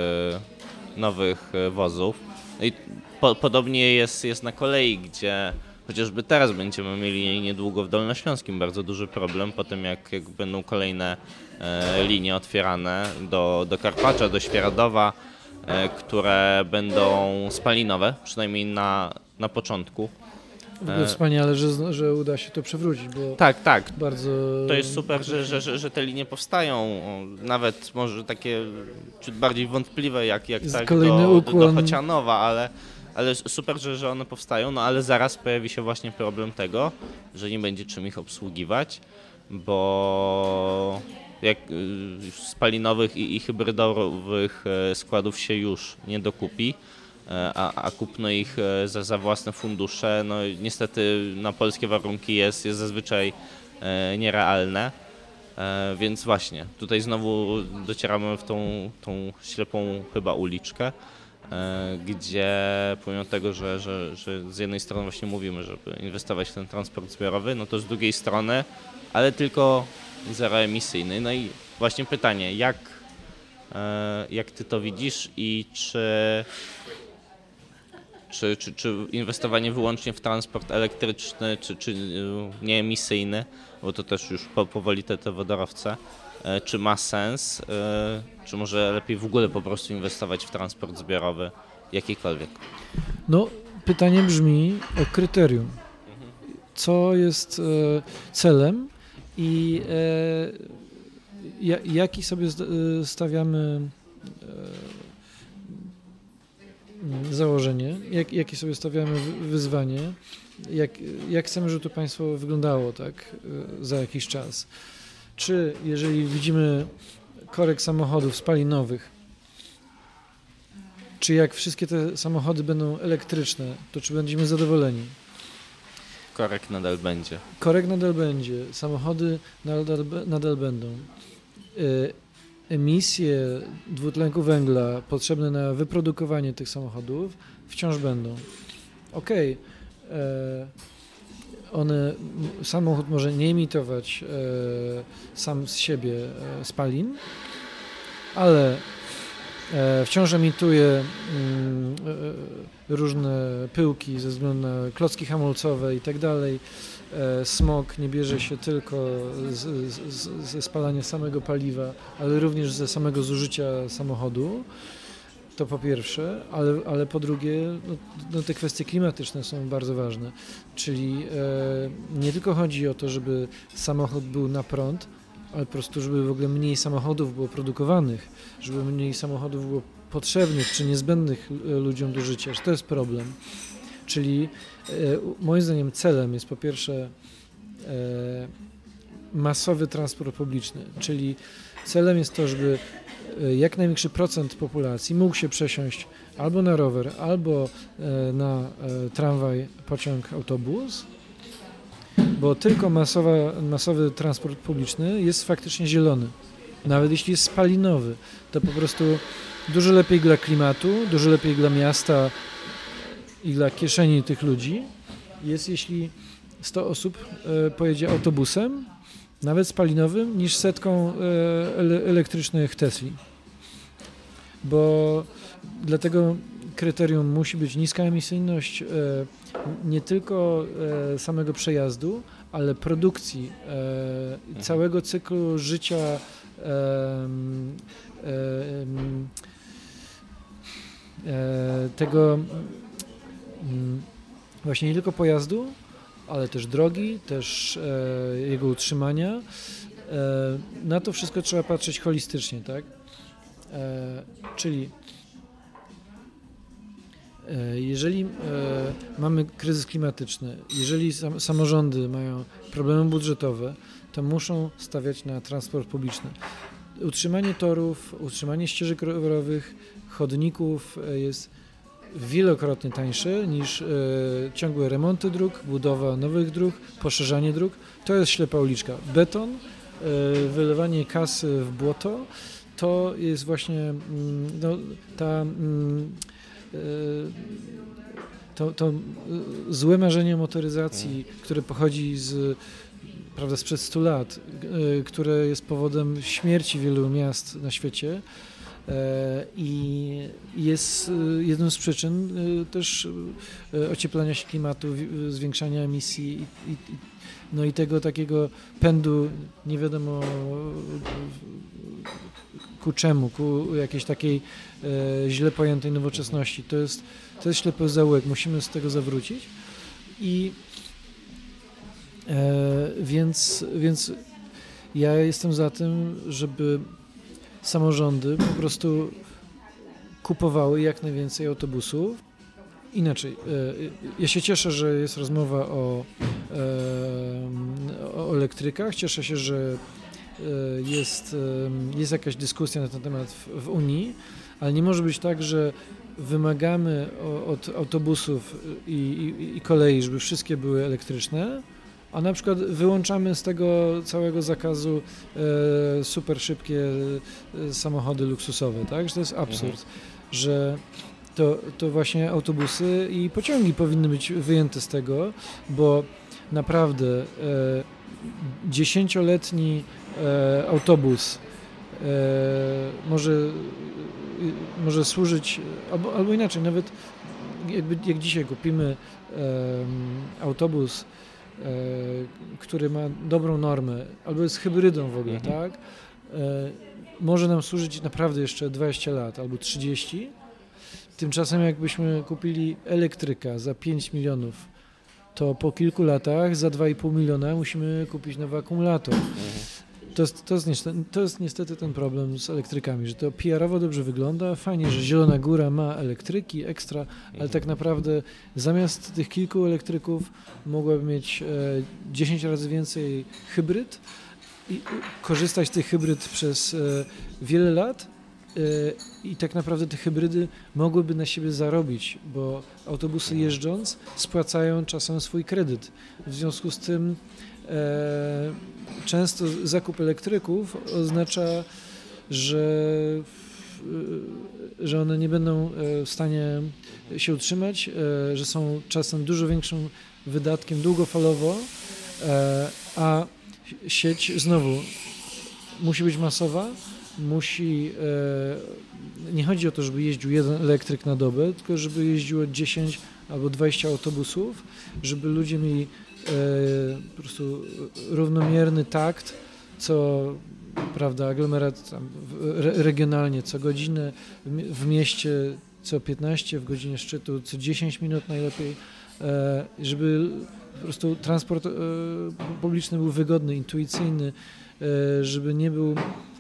e, nowych e, wozów. No i po, podobnie jest, jest na kolei, gdzie chociażby teraz będziemy mieli niedługo w Dolnośląskim bardzo duży problem po tym, jak, jak będą kolejne e, linie otwierane do, do Karpacza, do Świeradowa, e, które będą spalinowe, przynajmniej na, na początku. W ogóle wspaniale, że, że uda się to przewrócić, bo Tak, tak. bardzo... To jest super, że, że, że, że te linie powstają, o, nawet może takie ciut bardziej wątpliwe jak, jak Jest tak kolejny do, do, ukłon. do Chocianowa, ale, ale super, że, że one powstają, no ale zaraz pojawi się właśnie problem tego, że nie będzie czym ich obsługiwać, bo jak y, spalinowych i, i hybrydowych e, składów się już nie dokupi, e, a, a kupno ich e, za, za własne fundusze, no niestety na polskie warunki jest, jest zazwyczaj e, nierealne. E, Więc właśnie, tutaj znowu docieramy w tą, tą ślepą chyba uliczkę, e, gdzie pomimo tego, że, że, że z jednej strony właśnie mówimy, żeby inwestować w ten transport zbiorowy, no to z drugiej strony, ale tylko zeroemisyjny. No i właśnie pytanie, jak, e, jak ty to widzisz i czy Czy, czy, czy inwestowanie wyłącznie w transport elektryczny, czy, czy y, nieemisyjny, bo to też już po, powoli te, te wodorowce, e, czy ma sens, e, czy może lepiej w ogóle po prostu inwestować w transport zbiorowy, jakikolwiek? No, pytanie brzmi o kryterium. Co jest e, celem i e, ja, jaki sobie zda- e, stawiamy e, założenie, jak, jakie sobie stawiamy wy- wyzwanie, jak, jak chcemy, żeby to państwo wyglądało tak e, za jakiś czas. Czy jeżeli widzimy korek samochodów spalinowych, czy jak wszystkie te samochody będą elektryczne, to czy będziemy zadowoleni? Korek nadal będzie. Korek nadal będzie, samochody nadal, nadal będą. E, Emisje dwutlenku węgla potrzebne na wyprodukowanie tych samochodów wciąż będą. Okej, e, one, m- samochód może nie emitować e, sam z siebie e, spalin, ale e, wciąż emituje mm, e, różne pyłki ze względu na klocki hamulcowe i tak dalej. E, Smog nie bierze się tylko z, z, z, ze spalania samego paliwa, ale również ze samego zużycia samochodu. To po pierwsze, ale, ale po drugie no, no te kwestie klimatyczne są bardzo ważne. Czyli e, nie tylko chodzi o to, żeby samochód był na prąd, ale po prostu, żeby w ogóle mniej samochodów było produkowanych, żeby mniej samochodów było potrzebnych czy niezbędnych ludziom do życia, że to jest problem. Czyli e, moim zdaniem celem jest po pierwsze e, masowy transport publiczny, czyli celem jest to, żeby jak największy procent populacji mógł się przesiąść albo na rower, albo na tramwaj, pociąg, autobus, bo tylko masowa, masowy transport publiczny jest faktycznie zielony. Nawet jeśli jest spalinowy, to po prostu dużo lepiej dla klimatu, dużo lepiej dla miasta i dla kieszeni tych ludzi jest, jeśli sto osób pojedzie autobusem, nawet spalinowym, niż setką e, elektrycznych Tesli. Bo dlatego kryterium musi być niska emisyjność e, nie tylko e, samego przejazdu, ale produkcji, e, całego cyklu życia e, e, e, tego m, właśnie nie tylko pojazdu, ale też drogi, też e, jego utrzymania. E, na to wszystko trzeba patrzeć holistycznie, tak? E, czyli e, jeżeli e, mamy kryzys klimatyczny, jeżeli sam, samorządy mają problemy budżetowe, to muszą stawiać na transport publiczny. Utrzymanie torów, utrzymanie ścieżek rowerowych, chodników e, jest wielokrotnie tańsze niż e, ciągłe remonty dróg, budowa nowych dróg, poszerzanie dróg. To jest ślepa uliczka. Beton, e, wylewanie kasy w błoto, to jest właśnie mm, no, ta, mm, e, to, to złe marzenie motoryzacji, które pochodzi z, prawda, sprzed stu lat, e, które jest powodem śmierci wielu miast na świecie. I jest jedną z przyczyn też ocieplania się klimatu, zwiększania emisji i, i, no i tego takiego pędu nie wiadomo ku czemu, ku jakiejś takiej źle pojętej nowoczesności. To jest, to jest ślepy zaułek, musimy z tego zawrócić i e, więc, więc ja jestem za tym, żeby samorządy po prostu kupowały jak najwięcej autobusów. Inaczej, ja się cieszę, że jest rozmowa o, o elektrykach, cieszę się, że jest, jest jakaś dyskusja na ten temat w, w Unii, ale nie może być tak, że wymagamy od autobusów i, i, i kolei, żeby wszystkie były elektryczne, a na przykład wyłączamy z tego całego zakazu e, super szybkie e, samochody luksusowe, tak? Że to jest absurd, mhm. że to, to właśnie autobusy i pociągi powinny być wyjęte z tego, bo naprawdę e, dziesięcioletni e, autobus e, może, może służyć, albo, albo inaczej, nawet jakby, jak dzisiaj kupimy e, autobus, który ma dobrą normę, albo jest hybrydą w ogóle, mhm. tak? Może nam służyć naprawdę jeszcze dwadzieścia lat albo trzydzieści. Tymczasem jakbyśmy kupili elektryka za pięć milionów, to po kilku latach za dwa i pół miliona musimy kupić nowy akumulator. Mhm. To jest, to, jest niestety, to jest niestety ten problem z elektrykami, że to P R-owo dobrze wygląda, fajnie, że Zielona Góra ma elektryki ekstra, ale tak naprawdę zamiast tych kilku elektryków mogłaby mieć e, dziesięć razy więcej hybryd i korzystać z tych hybryd przez e, wiele lat e, i tak naprawdę te hybrydy mogłyby na siebie zarobić, bo autobusy jeżdżąc spłacają czasem swój kredyt. W związku z tym E, często zakup elektryków oznacza, że, że one nie będą w stanie się utrzymać, e, że są czasem dużo większym wydatkiem długofalowo, e, a sieć znowu musi być masowa, musi, e, nie chodzi o to, żeby jeździł jeden elektryk na dobę, tylko żeby jeździło dziesięć albo dwadzieścia autobusów, żeby ludzie mieli po prostu równomierny takt, co, prawda, aglomerat tam regionalnie co godzinę, w mieście co piętnaście, w godzinie szczytu co dziesięć minut najlepiej, żeby po prostu transport publiczny był wygodny, intuicyjny, e, żeby nie był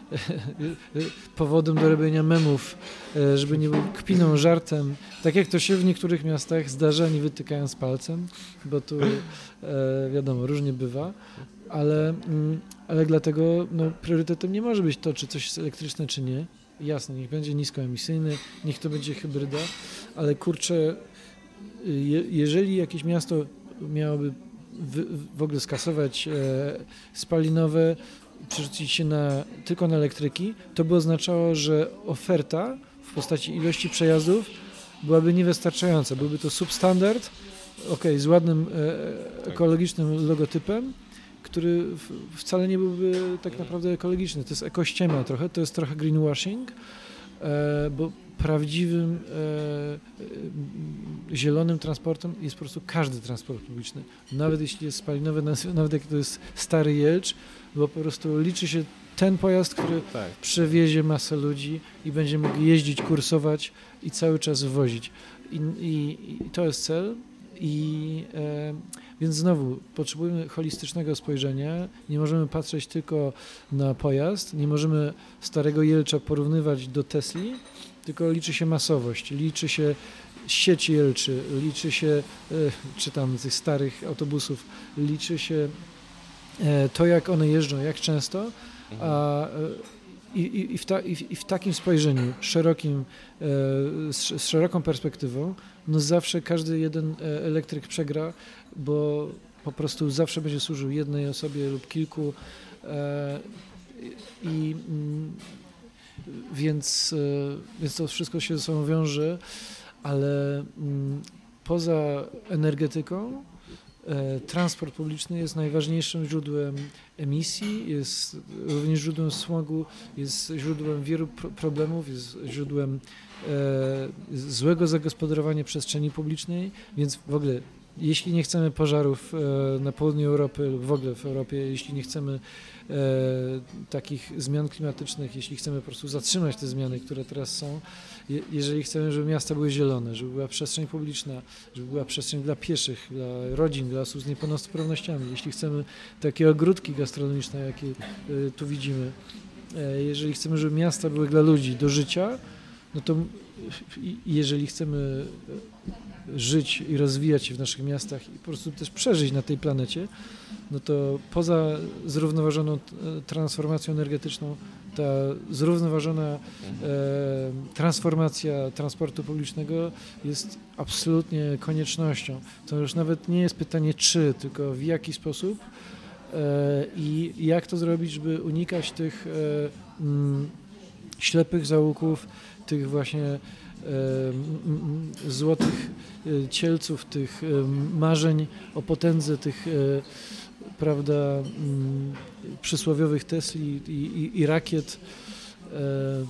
powodem do robienia memów, e, żeby nie był kpiną, żartem, tak jak to się w niektórych miastach zdarza, nie wytykając palcem, bo tu e, wiadomo, różnie bywa, ale, mm, ale dlatego no, priorytetem nie może być to, czy coś jest elektryczne, czy nie. Jasne, niech będzie niskoemisyjny, niech to będzie hybryda, ale kurczę, je, jeżeli jakieś miasto miałoby w, w ogóle skasować e, spalinowe, przerzucić się na, tylko na elektryki, to by oznaczało, że oferta w postaci ilości przejazdów byłaby niewystarczająca. Byłby to substandard, ok, z ładnym e, ekologicznym logotypem, który w, wcale nie byłby tak naprawdę ekologiczny. To jest ekościema trochę, to jest trochę greenwashing, e, bo prawdziwym e, e, zielonym transportem jest po prostu każdy transport publiczny. Nawet jeśli jest spalinowy, nawet jak to jest stary Jelcz, bo po prostu liczy się ten pojazd, który Tak. przewiezie masę ludzi i będzie mógł jeździć, kursować i cały czas wozić. I, i, i to jest cel. I e, więc znowu potrzebujemy holistycznego spojrzenia. Nie możemy patrzeć tylko na pojazd, nie możemy starego Jelcza porównywać do Tesli, tylko liczy się masowość, liczy się sieć Jelczy, liczy się, e, czy tam tych starych autobusów, liczy się e, to, jak one jeżdżą, jak często, a e, i, i, i, w ta, i, w, i w takim spojrzeniu szerokim, e, z, z szeroką perspektywą, no zawsze każdy jeden e, elektryk przegra, bo po prostu zawsze będzie służył jednej osobie lub kilku e, i mm, więc, e, więc to wszystko się ze sobą wiąże, ale mm, poza energetyką e, transport publiczny jest najważniejszym źródłem emisji, jest również źródłem smogu, jest źródłem wielu pro- problemów, jest źródłem e, złego zagospodarowania przestrzeni publicznej, więc w ogóle jeśli nie chcemy pożarów e, na południu Europy lub w ogóle w Europie, jeśli nie chcemy e, takich zmian klimatycznych, jeśli chcemy po prostu zatrzymać te zmiany, które teraz są, je, jeżeli chcemy, żeby miasta były zielone, żeby była przestrzeń publiczna, żeby była przestrzeń dla pieszych, dla rodzin, dla osób z niepełnosprawnościami, jeśli chcemy takie ogródki gastronomiczne, jakie e, tu widzimy, e, jeżeli chcemy, żeby miasta były dla ludzi do życia, no to i- jeżeli chcemy żyć i rozwijać się w naszych miastach i po prostu też przeżyć na tej planecie, no to poza zrównoważoną e, transformacją energetyczną, ta zrównoważona e, transformacja transportu publicznego jest absolutnie koniecznością. To już nawet nie jest pytanie czy, tylko w jaki sposób e, i jak to zrobić, żeby unikać tych e, m, ślepych zaułków, tych właśnie e, m, m, złotych e, cielców, tych e, marzeń o potędze tych e, prawda, m, przysłowiowych Tesli i, i, i rakiet, e,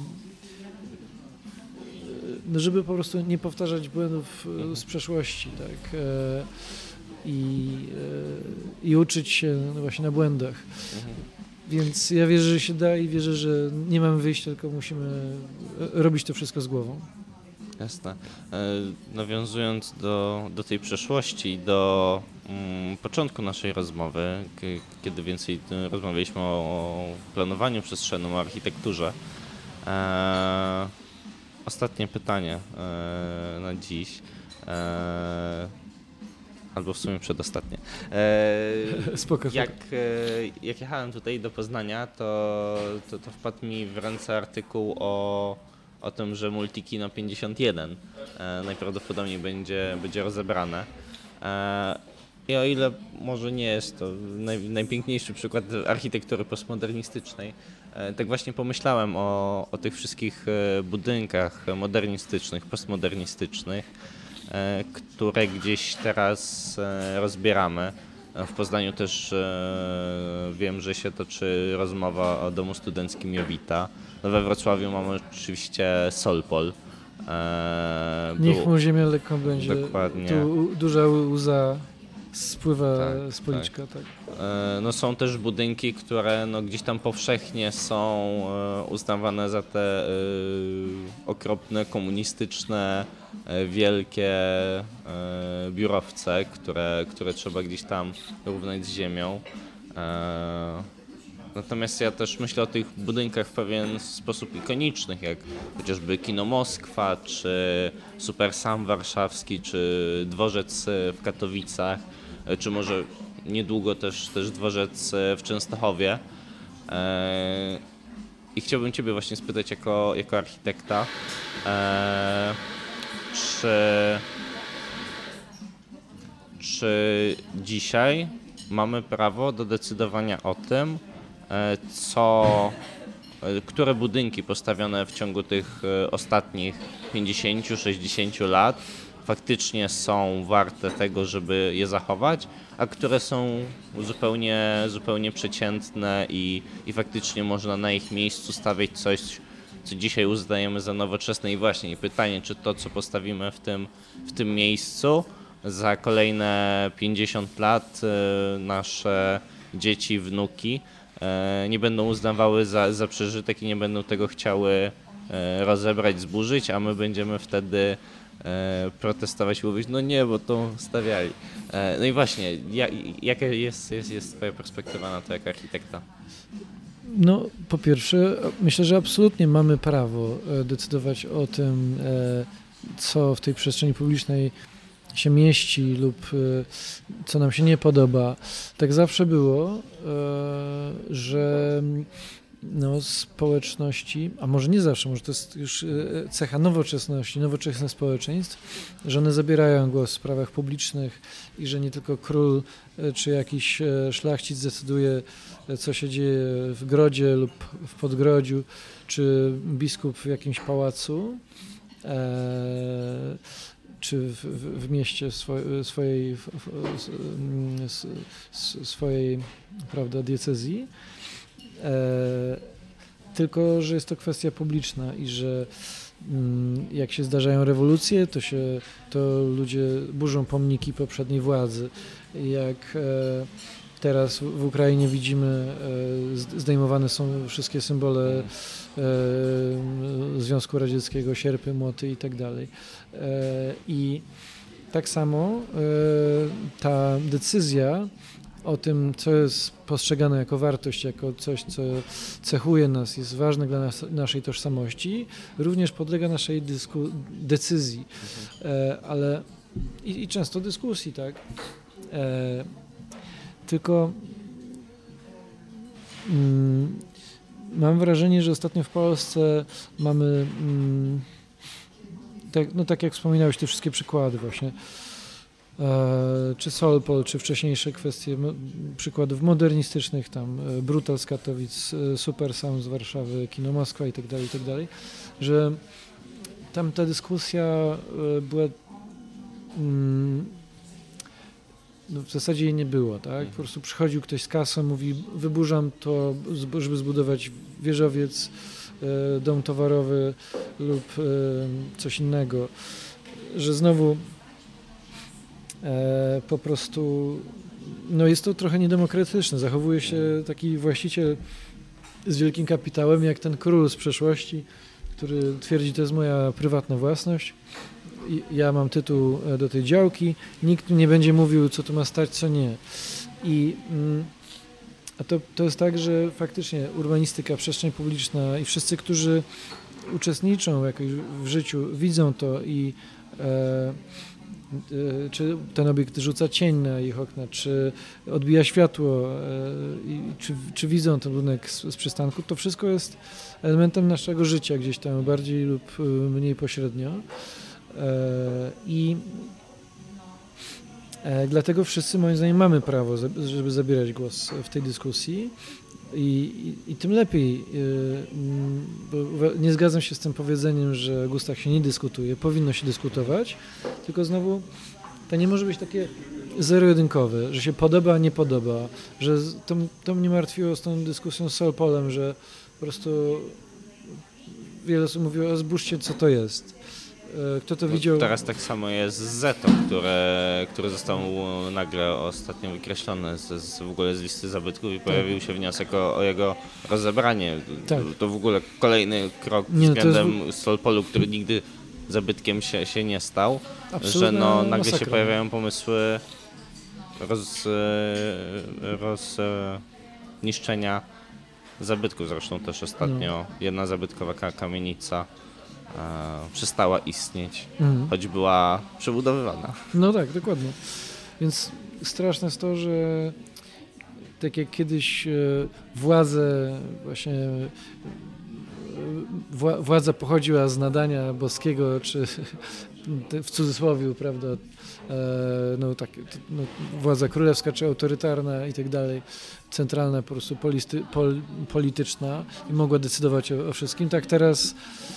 no żeby po prostu nie powtarzać błędów e, z przeszłości, tak, e, i, e, i uczyć się no właśnie na błędach. Więc ja wierzę, że się da i wierzę, że nie mamy wyjścia, tylko musimy e, robić to wszystko z głową. Jasne. E, Nawiązując do, do tej przeszłości, do mm, początku naszej rozmowy, k- kiedy więcej e, rozmawialiśmy o, o planowaniu przestrzennym, o architekturze. E, ostatnie pytanie e, na dziś. E, albo w sumie przedostatnie. E, Spoko, jak, e, jak jechałem tutaj do Poznania, to, to, to wpadł mi w ręce artykuł o, o tym, że Multikino pięćdziesiąt jeden e, najprawdopodobniej będzie, będzie rozebrane. E, I o ile może nie jest to naj, najpiękniejszy przykład architektury postmodernistycznej, e, tak właśnie pomyślałem o, o tych wszystkich e, budynkach modernistycznych, postmodernistycznych, e, które gdzieś teraz e, rozbieramy. W Poznaniu też e, wiem, że się toczy rozmowa o domu studenckim Jowita. No we Wrocławiu mamy oczywiście Solpol. E, Niech był- mu ziemia lekko będzie. Dokładnie. Tu duża łza spływa Tak, z policzka. Tak. E, No są też budynki, które no gdzieś tam powszechnie są e, uznawane za te e, okropne, komunistyczne, e, wielkie e, biurowce, które, które trzeba gdzieś tam równać z ziemią. E, Natomiast ja też myślę o tych budynkach w pewien sposób ikonicznych, jak chociażby Kino Moskwa, czy Super Sam warszawski, czy dworzec w Katowicach, czy może niedługo też, też dworzec w Częstochowie. I chciałbym Ciebie właśnie spytać jako, jako architekta, czy, czy dzisiaj mamy prawo do decydowania o tym, co, które budynki postawione w ciągu tych ostatnich pięćdziesięciu sześćdziesięciu lat faktycznie są warte tego, żeby je zachować, a które są zupełnie, zupełnie przeciętne i, i faktycznie można na ich miejscu stawiać coś, co dzisiaj uznajemy za nowoczesne. I właśnie pytanie, czy to, co postawimy w tym, w tym miejscu, za kolejne pięćdziesiąt lat nasze dzieci, wnuki nie będą uznawały za, za przeżytek i nie będą tego chciały rozebrać, zburzyć, a my będziemy wtedy protestować i mówić, no nie, bo to stawiali. No i właśnie, jak, jaka jest, jest, jest Twoja perspektywa na to jako architekta? No, po pierwsze, myślę, że absolutnie mamy prawo decydować o tym, co w tej przestrzeni publicznej się mieści lub co nam się nie podoba. Tak zawsze było, że no, społeczności, a może nie zawsze, może to jest już cecha nowoczesności, nowoczesnych społeczeństw, że one zabierają głos w sprawach publicznych i że nie tylko król czy jakiś szlachcic decyduje, co się dzieje w grodzie lub w podgrodziu, czy biskup w jakimś pałacu, e, czy w, w, w mieście swo, swojej, w, w, swojej prawda, diecezji. E, tylko, że jest to kwestia publiczna i że mm, jak się zdarzają rewolucje, to się to ludzie burzą pomniki poprzedniej władzy. Jak e, teraz w, w Ukrainie widzimy, e, zdejmowane są wszystkie symbole e, Związku Radzieckiego, sierpy, młoty i tak dalej. E, I tak samo e, ta decyzja o tym, co jest postrzegane jako wartość, jako coś, co cechuje nas, jest ważne dla nas, naszej tożsamości, również podlega naszej dysku, decyzji, e, ale i, i często dyskusji, tak? E, tylko mm, mam wrażenie, że ostatnio w Polsce mamy, mm, tak, no tak jak wspominałeś, te wszystkie przykłady właśnie, czy Solpol, czy wcześniejsze kwestie przykładów modernistycznych, tam Brutal z Katowic, Super Sam z Warszawy, Kino Moskwa i tak dalej, i tak dalej, że tam ta dyskusja była, no w zasadzie jej nie było, tak? Po prostu przychodził ktoś z kasą, mówi, wyburzam to, żeby zbudować wieżowiec, dom towarowy lub coś innego, że znowu E, po prostu no jest to trochę niedemokratyczne. Zachowuje się taki właściciel z wielkim kapitałem, jak ten król z przeszłości, który twierdzi, to jest moja prywatna własność. I ja mam tytuł do tej działki. Nikt nie będzie mówił, co tu ma stać, co nie. I mm, a to, to jest tak, że faktycznie urbanistyka, przestrzeń publiczna i wszyscy, którzy uczestniczą jakoś w życiu, widzą to i e, czy ten obiekt rzuca cień na ich okna, czy odbija światło, czy, czy widzą ten budynek z, z przystanku, to wszystko jest elementem naszego życia gdzieś tam, bardziej lub mniej pośrednio. I dlatego wszyscy, moim zdaniem, mamy prawo, żeby zabierać głos w tej dyskusji. I, i, I tym lepiej, bo nie zgadzam się z tym powiedzeniem, że o gustach się nie dyskutuje, powinno się dyskutować, tylko znowu to nie może być takie zero-jedynkowe, że się podoba, a nie podoba, że to, to mnie martwiło z tą dyskusją z Solpolem, że po prostu wiele osób mówiło, a zbóżcie, co to jest. Kto to no, widział? Teraz tak samo jest z Zetą, które, które zostało nagle ostatnio wykreślone z, z, w ogóle z listy zabytków i pojawił się wniosek o, o jego rozebranie. Tak. To, to w ogóle kolejny krok nie, względem jest... Solpolu, który nigdy zabytkiem się, się nie stał, Absolutna że no, nagle masakra. się pojawiają pomysły roz, roz, niszczenia zabytków. Zresztą też ostatnio jedna zabytkowa ka- kamienica e, przestała istnieć, Mhm. choć była przebudowywana. No tak, dokładnie. Więc straszne jest to, że tak jak kiedyś e, władze właśnie e, wła- władza pochodziła z nadania boskiego, czy te- w cudzysłowie, prawda, e, no tak, to, no, władza królewska, czy autorytarna i tak dalej, centralna po prostu polisty, pol, polityczna i mogła decydować o, o wszystkim. Tak teraz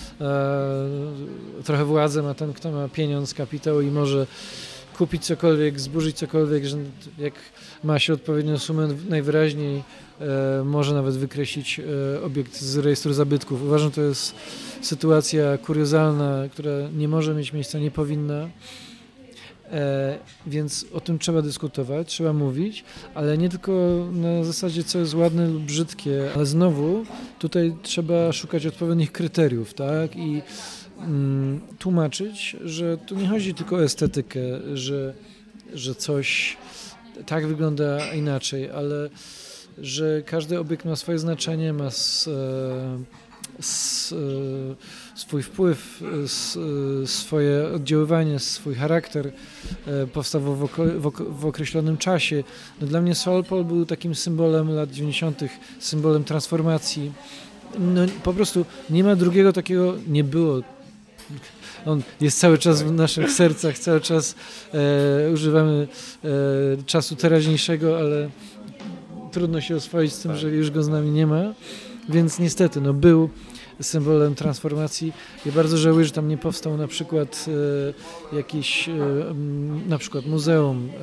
e, trochę władzę ma ten, kto ma pieniądz, kapitał i może kupić cokolwiek, zburzyć cokolwiek, że jak ma się odpowiednią sumę, najwyraźniej e, może nawet wykreślić e, obiekt z rejestru zabytków. Uważam, że to jest sytuacja kuriozalna, która nie może mieć miejsca, nie powinna. E, więc o tym trzeba dyskutować, trzeba mówić, ale nie tylko na zasadzie co jest ładne lub brzydkie, ale znowu tutaj trzeba szukać odpowiednich kryteriów, tak? I mm, tłumaczyć, że tu nie chodzi tylko o estetykę, że, że coś tak wygląda, a inaczej, ale że każdy obiekt ma swoje znaczenie, ma s, s, swój wpływ, s, swoje oddziaływanie, swój charakter, powstał w, w, w określonym czasie. No dla mnie Solpol był takim symbolem lat dziewięćdziesiątych, symbolem transformacji. No, po prostu nie ma drugiego takiego, nie było. On jest cały czas w naszych sercach, cały czas e, używamy e, czasu teraźniejszego, ale trudno się oswoić z tym, że już go z nami nie ma, więc niestety no, był symbolem transformacji. Ja bardzo żałuję, że tam nie powstał na przykład e, jakiś e, na przykład muzeum e,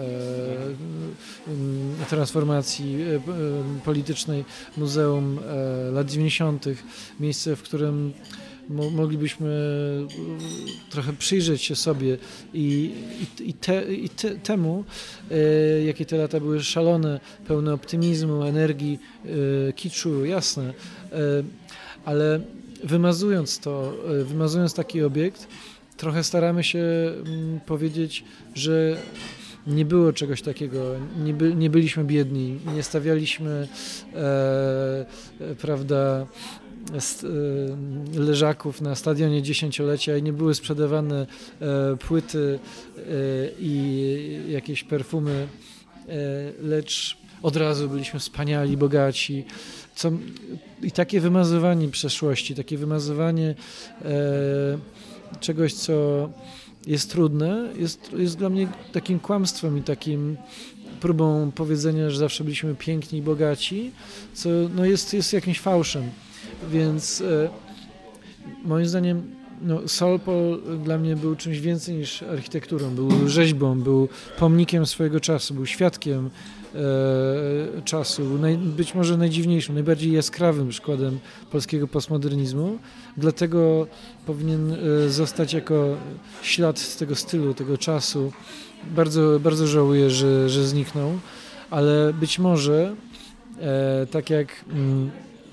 e, transformacji e, politycznej, muzeum e, lat dziewięćdziesiątych, miejsce, w którym Mo- moglibyśmy trochę przyjrzeć się sobie i, i, i, te, i te, temu, e, jakie te lata były szalone, pełne optymizmu, energii, e, kiczu, jasne, e, ale wymazując to, e, wymazując taki obiekt, trochę staramy się m, powiedzieć, że nie było czegoś takiego, nie, by, nie byliśmy biedni, nie stawialiśmy, e, e, prawda, leżaków na stadionie dziesięciolecia i nie były sprzedawane e, płyty e, i jakieś perfumy, e, lecz od razu byliśmy wspaniali, bogaci. Co, i takie wymazywanie przeszłości, takie wymazywanie e, czegoś, co jest trudne, jest, jest dla mnie takim kłamstwem i takim próbą powiedzenia, że zawsze byliśmy piękni i bogaci, co no jest, jest jakimś fałszem. Więc e, moim zdaniem no, Solpol dla mnie był czymś więcej niż architekturą, był rzeźbą, był pomnikiem swojego czasu, był świadkiem e, czasu, naj, być może najdziwniejszym, najbardziej jaskrawym przykładem polskiego postmodernizmu, dlatego powinien e, zostać jako ślad tego stylu, tego czasu. Bardzo, bardzo żałuję, że, że zniknął, ale być może e, tak jak mm,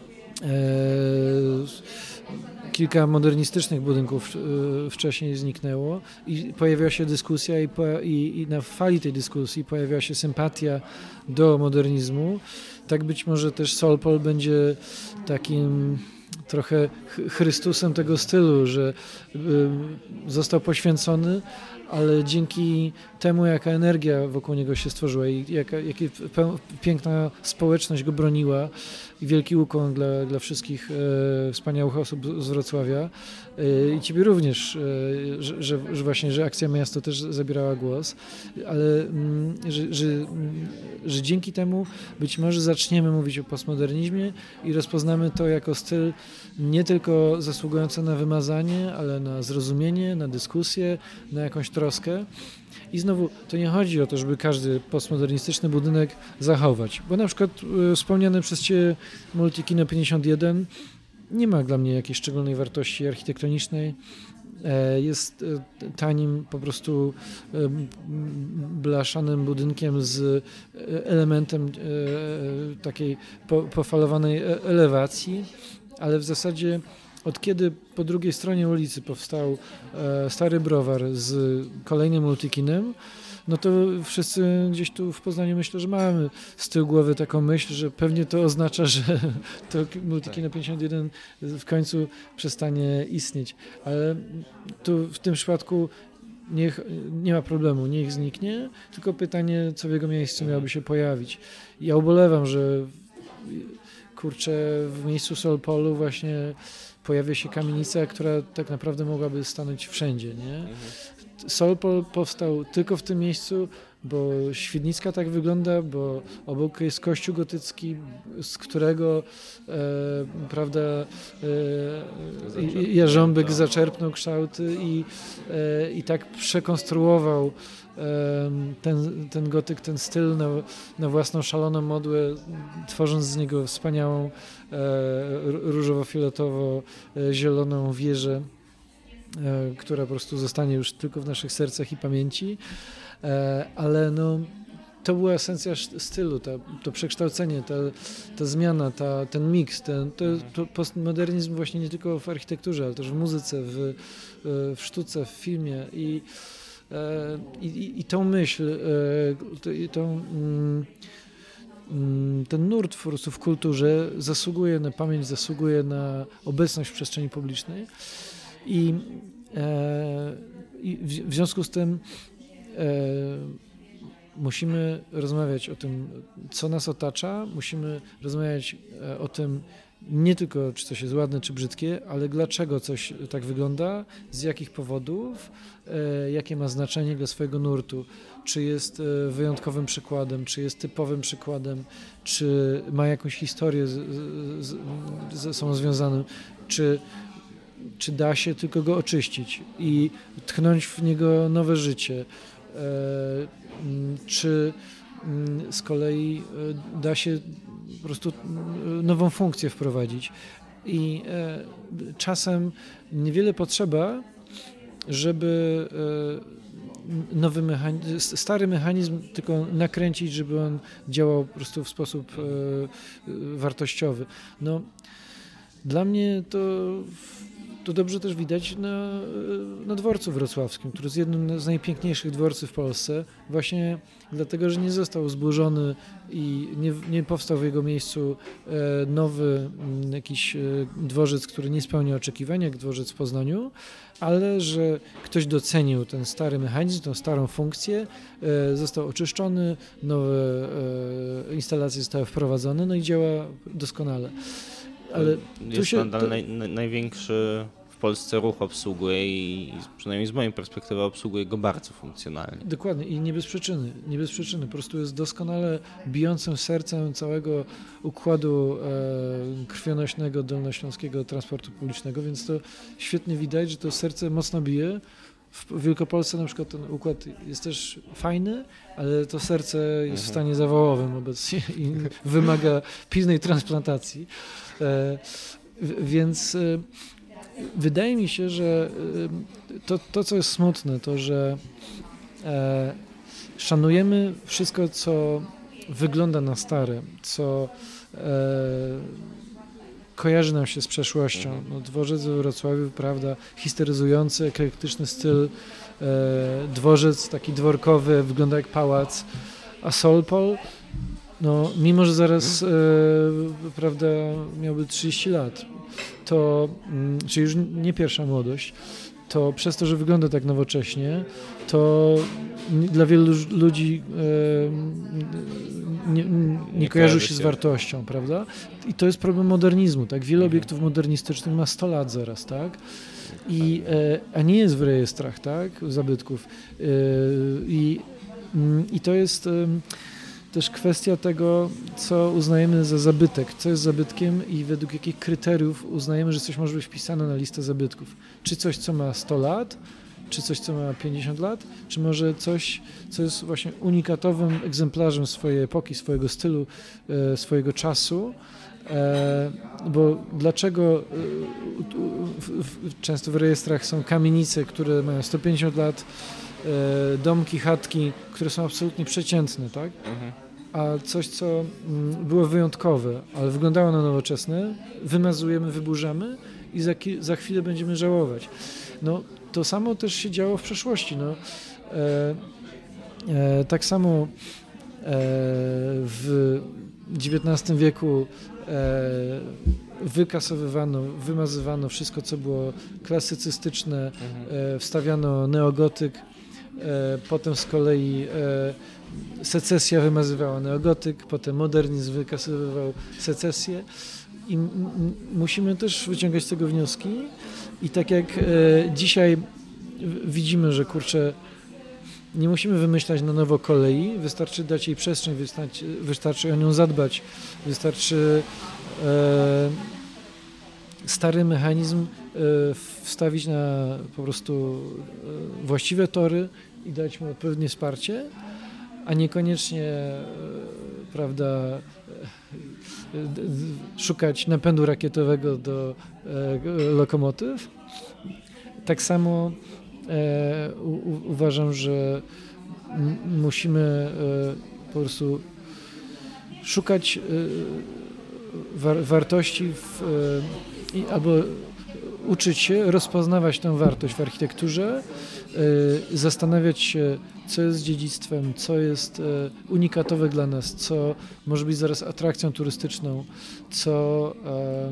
kilka modernistycznych budynków wcześniej zniknęło i pojawiła się dyskusja i, po, i, i na fali tej dyskusji pojawiła się sympatia do modernizmu. Tak być może też Solpol będzie takim trochę Chrystusem tego stylu, że został poświęcony, ale dzięki temu, jaka energia wokół niego się stworzyła i jaka, jaka piękna społeczność go broniła i wielki ukłon dla, dla wszystkich e, wspaniałych osób z Wrocławia e, i ciebie również, e, że, że, że właśnie, że Akcja Miasto też zabierała głos, ale m, że, że, m, że dzięki temu być może zaczniemy mówić o postmodernizmie i rozpoznamy to jako styl nie tylko zasługujący na wymazanie, ale na zrozumienie, na dyskusję, na jakąś troskę. I znowu, to nie chodzi o to, żeby każdy postmodernistyczny budynek zachować, bo na przykład y, wspomniane przez Ciebie Multikino pięćdziesiąt jeden nie ma dla mnie jakiejś szczególnej wartości architektonicznej. E, jest e, tanim po prostu e, blaszanym budynkiem z elementem e, takiej po, pofalowanej elewacji, ale w zasadzie od kiedy po drugiej stronie ulicy powstał e, stary browar z kolejnym multikinem, no to wszyscy gdzieś tu w Poznaniu myślę, że mamy z tyłu głowy taką myśl, że pewnie to oznacza, że to Multikino pięćdziesiąt jeden w końcu przestanie istnieć. Ale tu w tym przypadku niech, nie ma problemu, niech zniknie, tylko pytanie, co w jego miejscu miałoby się pojawić. Ja ubolewam, że kurczę, w miejscu Solpolu właśnie pojawia się kamienica, która tak naprawdę mogłaby stanąć wszędzie, nie? Solpol powstał tylko w tym miejscu, bo Świdnicka tak wygląda, bo obok jest kościół gotycki, z którego e, prawda, e, Jarząbek zaczerpnął kształty i, e, i tak przekonstruował e, ten, ten gotyk, ten styl na, na własną szaloną modłę, tworząc z niego wspaniałą e, różowo-fioletowo-zieloną wieżę, e, która po prostu zostanie już tylko w naszych sercach i pamięci. Ale no, to była esencja stylu, ta, to przekształcenie, ta, ta zmiana, ta, ten miks, ten, to, to postmodernizm właśnie nie tylko w architekturze, ale też w muzyce, w, w sztuce, w filmie i, i, i tą myśl, i tą, ten nurt po prostu w kulturze zasługuje na pamięć, zasługuje na obecność w przestrzeni publicznej i, i w, w związku z tym E, musimy rozmawiać o tym, co nas otacza, musimy rozmawiać e, o tym nie tylko, czy coś jest ładne, czy brzydkie, ale dlaczego coś tak wygląda, z jakich powodów, e, jakie ma znaczenie dla swojego nurtu, czy jest e, wyjątkowym przykładem, czy jest typowym przykładem, czy ma jakąś historię z, z, z sobą związaną, czy czy da się tylko go oczyścić i tchnąć w niego nowe życie, czy z kolei da się po prostu nową funkcję wprowadzić. I czasem niewiele potrzeba, żeby nowy mechanizm, stary mechanizm tylko nakręcić, żeby on działał po prostu w sposób wartościowy. No, dla mnie to To dobrze też widać na, na dworcu wrocławskim, który jest jednym z najpiękniejszych dworców w Polsce, właśnie dlatego, że nie został zburzony i nie, nie powstał w jego miejscu nowy jakiś dworzec, który nie spełnia oczekiwań, jak dworzec w Poznaniu, ale że ktoś docenił ten stary mechanizm, tą starą funkcję, został oczyszczony, nowe instalacje zostały wprowadzone, no i działa doskonale. Ale jest się, nadal to... naj, największy w Polsce ruch obsługuje i przynajmniej z mojej perspektywy obsługuje go bardzo funkcjonalnie. Dokładnie i nie bez przyczyny, nie bez przyczyny. Po prostu jest doskonale bijącym sercem całego układu e, krwionośnego dolnośląskiego transportu publicznego, więc to świetnie widać, że to serce mocno bije. W Wielkopolsce na przykład ten układ jest też fajny, ale to serce jest mhm. w stanie zawałowym obecnie i wymaga pilnej transplantacji. E, więc e, wydaje mi się, że e, to, to, co jest smutne, to, że e, szanujemy wszystko, co wygląda na stare, co e, kojarzy nam się z przeszłością. Mhm. No, dworzec we Wrocławiu, prawda, histeryzujący, eklektyczny styl, e, dworzec taki dworkowy, wygląda jak pałac, a Solpol, no, mimo że zaraz e, prawda, miałby trzydzieści lat, to, m, czyli już nie pierwsza młodość, to przez to, że wygląda tak nowocześnie, to dla wielu ludzi e, nie, nie, nie kojarzy się z wartością, prawda? I to jest problem modernizmu, tak? Wiele obiektów modernistycznych ma sto lat zaraz, tak? I, e, a nie jest w rejestrach, tak? Zabytków. E, i, I to jest e, też kwestia tego, co uznajemy za zabytek, co jest zabytkiem i według jakich kryteriów uznajemy, że coś może być wpisane na listę zabytków. Czy coś, co ma sto lat, czy coś, co ma pięćdziesiąt lat, czy może coś, co jest właśnie unikatowym egzemplarzem swojej epoki, swojego stylu, e, swojego czasu. E, bo dlaczego e, w, w, często w rejestrach są kamienice, które mają sto pięćdziesiąt lat, e, domki, chatki, które są absolutnie przeciętne, tak? Mhm. A coś, co m, było wyjątkowe, ale wyglądało na nowoczesne, wymazujemy, wyburzamy i za, za chwilę będziemy żałować. No, to samo też się działo w przeszłości. No. E, E, tak samo e, w dziewiętnastym wieku e, wykasowywano, wymazywano wszystko, co było klasycystyczne, mhm. e, wstawiano neogotyk, e, potem z kolei e, secesja wymazywała neogotyk, potem modernizm wykasowywał secesję i m- m- musimy też wyciągać z tego wnioski i tak jak e, dzisiaj widzimy, że kurczę, nie musimy wymyślać na nowo kolei, wystarczy dać jej przestrzeń, wystarczy, wystarczy o nią zadbać, wystarczy e, stary mechanizm e, wstawić na po prostu e, właściwe tory i dać mu odpowiednie wsparcie, a niekoniecznie e, prawda, e, d, d, szukać napędu rakietowego do e, lokomotyw. Tak samo E, u, u, uważam, że m, musimy e, po prostu szukać e, war, wartości w, e, i, albo uczyć się rozpoznawać tę wartość w architekturze, e, zastanawiać się, co jest dziedzictwem, co jest e, unikatowe dla nas, co może być zaraz atrakcją turystyczną, co, e,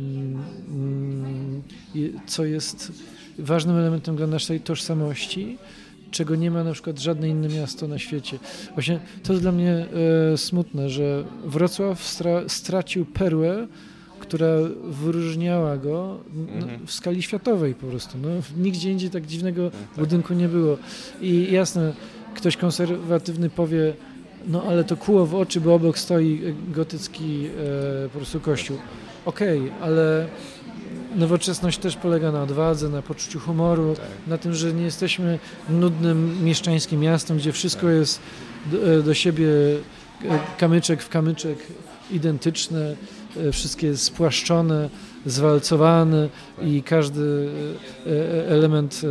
m, co jest ważnym elementem dla naszej tożsamości, czego nie ma na przykład żadne inne miasto na świecie. Właśnie to jest dla mnie e, smutne, że Wrocław stra- stracił perłę, która wyróżniała go no, mhm. w skali światowej po prostu. No, nigdzie indziej tak dziwnego tak. budynku nie było. I jasne, ktoś konserwatywny powie, no ale to kłuło w oczy, bo obok stoi gotycki e, po prostu kościół. Okej, okay, ale nowoczesność też polega na odwadze, na poczuciu humoru, tak. na tym, że nie jesteśmy nudnym mieszczańskim miastem, gdzie wszystko tak. jest do, do siebie kamyczek w kamyczek identyczne, wszystkie jest spłaszczone, zwalcowane tak. i każdy element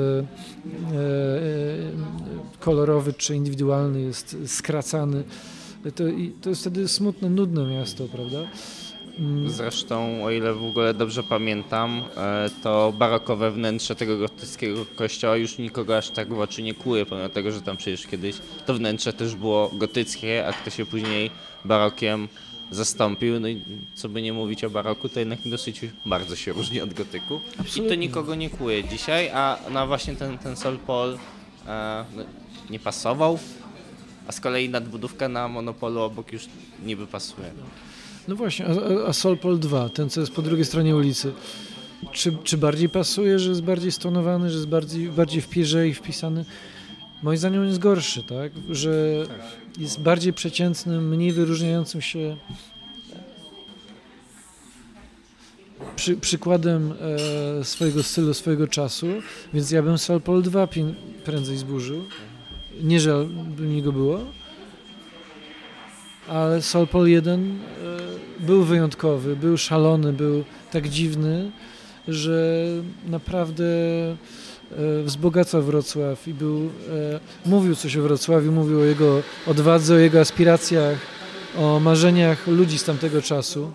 kolorowy czy indywidualny jest skracany. To, to jest wtedy smutne, nudne miasto, prawda? Zresztą, o ile w ogóle dobrze pamiętam, to barokowe wnętrze tego gotyckiego kościoła już nikogo aż tak w oczy nie kłuje, pomimo tego, że tam przecież kiedyś to wnętrze też było gotyckie, a kto się później barokiem zastąpił, no i co by nie mówić o baroku, to jednak dosyć bardzo się różni od gotyku. Absolutnie. I to nikogo nie kłuje dzisiaj, a na właśnie ten, ten Saint Paul e, no, nie pasował, a z kolei nadbudówka na Monopolu obok już niby pasuje. No właśnie, a, a Saint Paul dwa, ten co jest po drugiej stronie ulicy, czy, czy bardziej pasuje, że jest bardziej stonowany, że jest bardziej, bardziej w pierzei wpisany? Moim zdaniem jest gorszy, tak? Że jest bardziej przeciętnym, mniej wyróżniającym się przy, przykładem e, swojego stylu, swojego czasu, więc ja bym Saint Paul dwa pi- prędzej zburzył. Nie żal by mi go było, ale Saint Paul jeden e, był wyjątkowy, był szalony, był tak dziwny, że naprawdę e, wzbogacał Wrocław i był, e, mówił coś o Wrocławiu, mówił o jego odwadze, o jego aspiracjach, o marzeniach ludzi z tamtego czasu.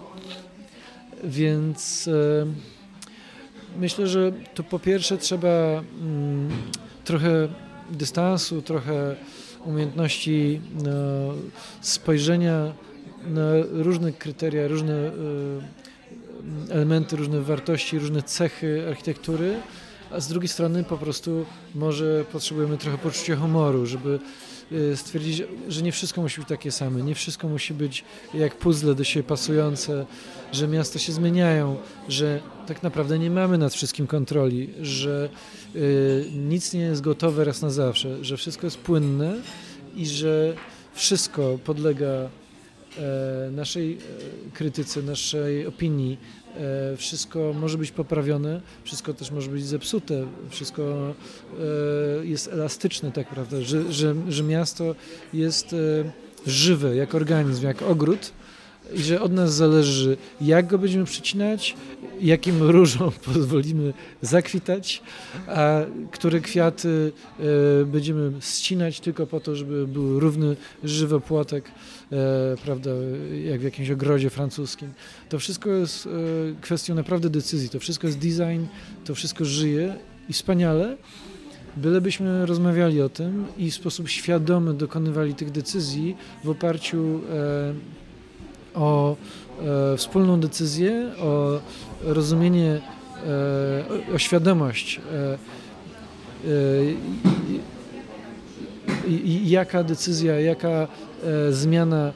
Więc e, myślę, że tu po pierwsze trzeba mm, trochę dystansu, trochę umiejętności no, spojrzenia na różne kryteria, różne y, elementy, różne wartości, różne cechy architektury, a z drugiej strony po prostu może potrzebujemy trochę poczucia humoru, żeby y, stwierdzić, że nie wszystko musi być takie same, nie wszystko musi być jak puzzle do siebie pasujące, że miasta się zmieniają, że tak naprawdę nie mamy nad wszystkim kontroli, że y, nic nie jest gotowe raz na zawsze, że wszystko jest płynne i że wszystko podlega e, naszej e, krytyce, naszej opinii, e, wszystko może być poprawione, wszystko też może być zepsute, wszystko e, jest elastyczne tak naprawdę, że, że, że miasto jest e, żywe jak organizm, jak ogród, i że od nas zależy, jak go będziemy przycinać, jakim różom pozwolimy zakwitać, a które kwiaty e, będziemy ścinać tylko po to, żeby był równy żywopłotek, e, prawda, jak w jakimś ogrodzie francuskim. To wszystko jest e, kwestią naprawdę decyzji, to wszystko jest design, to wszystko żyje i wspaniale, Bylebyśmy rozmawiali o tym i w sposób świadomy dokonywali tych decyzji w oparciu o wspólną decyzję, o rozumienie, o, o świadomość, i, i jaka decyzja, jaka zmiana,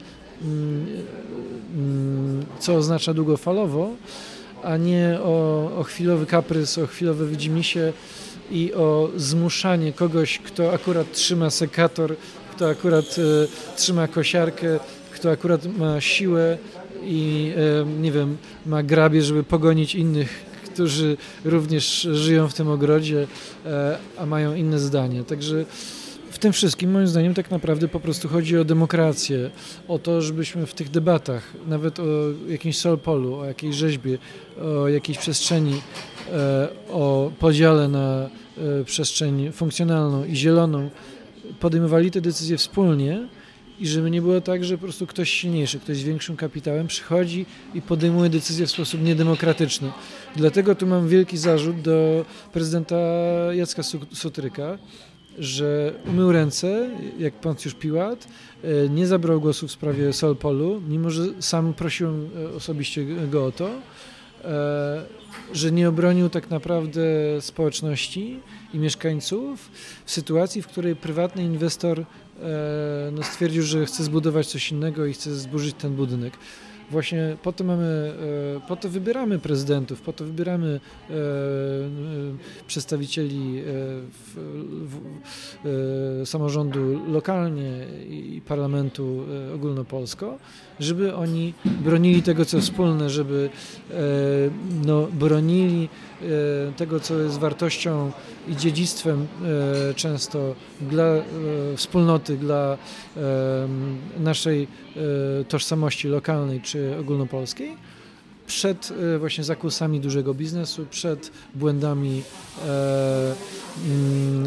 co oznacza długofalowo, a nie o, o chwilowy kaprys, o chwilowe widzimisię i o zmuszanie kogoś, kto akurat trzyma sekator, kto akurat e, trzyma kosiarkę, kto akurat ma siłę i e, nie wiem, ma grabie, żeby pogonić innych, którzy również żyją w tym ogrodzie, e, a mają inne zdanie. Także w tym wszystkim, moim zdaniem, tak naprawdę po prostu chodzi o demokrację, o to, żebyśmy w tych debatach, nawet o jakimś Solpolu, o jakiejś rzeźbie, o jakiejś przestrzeni, o podziale na przestrzeń funkcjonalną i zieloną, podejmowali te decyzje wspólnie i żeby nie było tak, że po prostu ktoś silniejszy, ktoś z większym kapitałem przychodzi i podejmuje decyzje w sposób niedemokratyczny. Dlatego tu mam wielki zarzut do prezydenta Jacka Sutryka, że umył ręce, jak Poncjusz Piłat, nie zabrał głosu w sprawie Solpolu, mimo że sam prosiłem osobiście go o to, że nie obronił tak naprawdę społeczności i mieszkańców w sytuacji, w której prywatny inwestor no, stwierdził, że chce zbudować coś innego i chce zburzyć ten budynek. Właśnie po to mamy, po to wybieramy prezydentów, po to wybieramy e, przedstawicieli w, w, e, samorządu lokalnie i parlamentu ogólnopolsko, żeby oni bronili tego, co wspólne, żeby e, no, bronili e, tego, co jest wartością i dziedzictwem e, często dla e, wspólnoty, dla e, naszej e, tożsamości lokalnej czy ogólnopolskiej, przed e, właśnie zakusami dużego biznesu, przed błędami e, mm,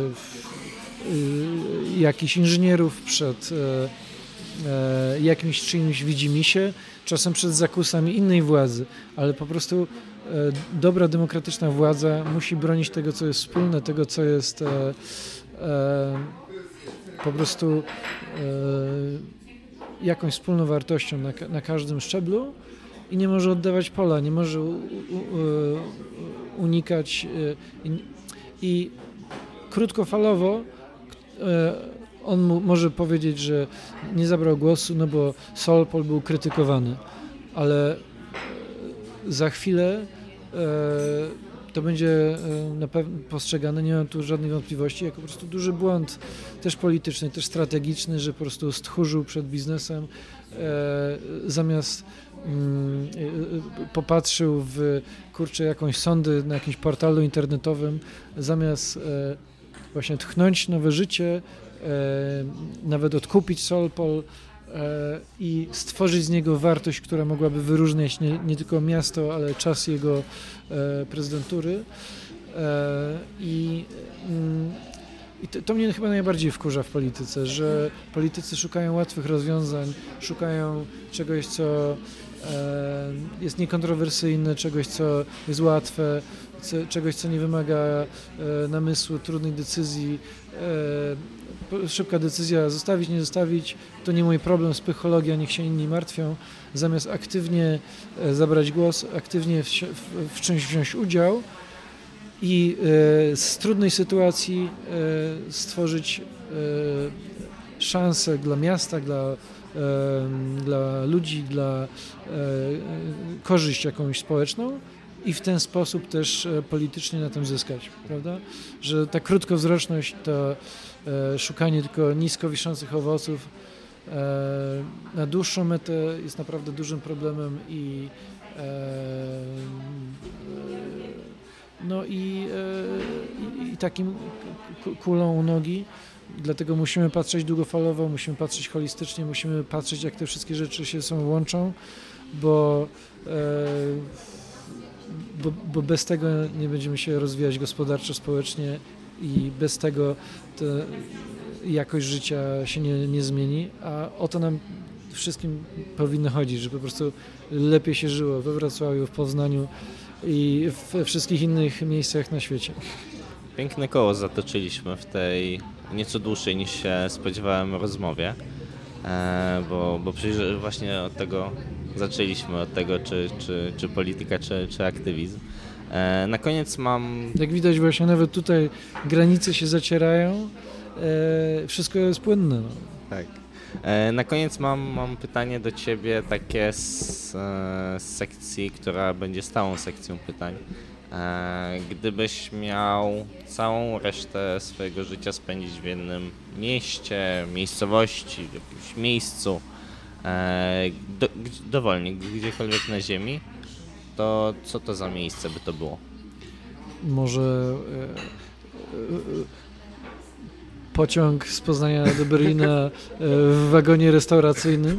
e, jakichś inżynierów, przed e, e, jakimś czyimś widzimisię, czasem przed zakusami innej władzy, ale po prostu e, dobra, demokratyczna władza musi bronić tego, co jest wspólne, tego, co jest e, e, po prostu e, jakąś wspólną wartością na, na każdym szczeblu i nie może oddawać pola, nie może u, u, u, unikać e, i, i krótkofalowo e, on mu, może powiedzieć, że nie zabrał głosu, no bo Solpol był krytykowany, ale za chwilę e, to będzie na pewno postrzegane, nie mam tu żadnych wątpliwości, jako po prostu duży błąd też polityczny, też strategiczny, że po prostu stchórzył przed biznesem, e, zamiast mm, e, popatrzył w kurczę jakąś sądy na jakimś portalu internetowym, zamiast e, właśnie tchnąć nowe życie, e, nawet odkupić Solpol e, i stworzyć z niego wartość, która mogłaby wyróżniać nie, nie tylko miasto, ale czas jego e, prezydentury. E, I mm, i to, to mnie chyba najbardziej wkurza w polityce, że politycy szukają łatwych rozwiązań, szukają czegoś, co e, jest niekontrowersyjne, czegoś, co jest łatwe, co, czegoś, co nie wymaga e, namysłu, trudnych decyzji. E, szybka decyzja, zostawić, nie zostawić, to nie mój problem, psychologia, niech się inni martwią. Zamiast aktywnie e, zabrać głos, aktywnie w, w, w czymś wziąć udział, i e, z trudnej sytuacji e, stworzyć e, szansę dla miasta, dla, e, dla ludzi, dla e, korzyść jakąś społeczną i w ten sposób też e, politycznie na tym zyskać, prawda? Że ta krótkowzroczność, to e, szukanie tylko nisko wiszących owoców e, na dłuższą metę jest naprawdę dużym problemem i e, No i, i, i takim kulą u nogi, dlatego musimy patrzeć długofalowo, musimy patrzeć holistycznie, musimy patrzeć, jak te wszystkie rzeczy się są łączą, bo, bo, bo bez tego nie będziemy się rozwijać gospodarczo, społecznie i bez tego to jakość życia się nie, nie zmieni, a o to nam wszystkim powinno chodzić, żeby po prostu lepiej się żyło we Wrocławiu, w Poznaniu i we wszystkich innych miejscach na świecie. Piękne koło zatoczyliśmy w tej nieco dłuższej niż się spodziewałem rozmowie, e, bo, bo przecież właśnie od tego zaczęliśmy, od tego czy, czy, czy polityka, czy, czy aktywizm. E, na koniec mam... Jak widać właśnie nawet tutaj granice się zacierają, e, wszystko jest płynne. No. Tak. E, na koniec mam, mam pytanie do Ciebie takie z, e, z sekcji, która będzie stałą sekcją pytań. E, Gdybyś miał całą resztę swojego życia spędzić w jednym mieście, miejscowości, w jakimś miejscu, e, do, gdzie- dowolnie, gdziekolwiek na ziemi, to co to za miejsce by to było? Może e, e, pociąg z Poznania do Berlina e, w wagonie restauracyjnym,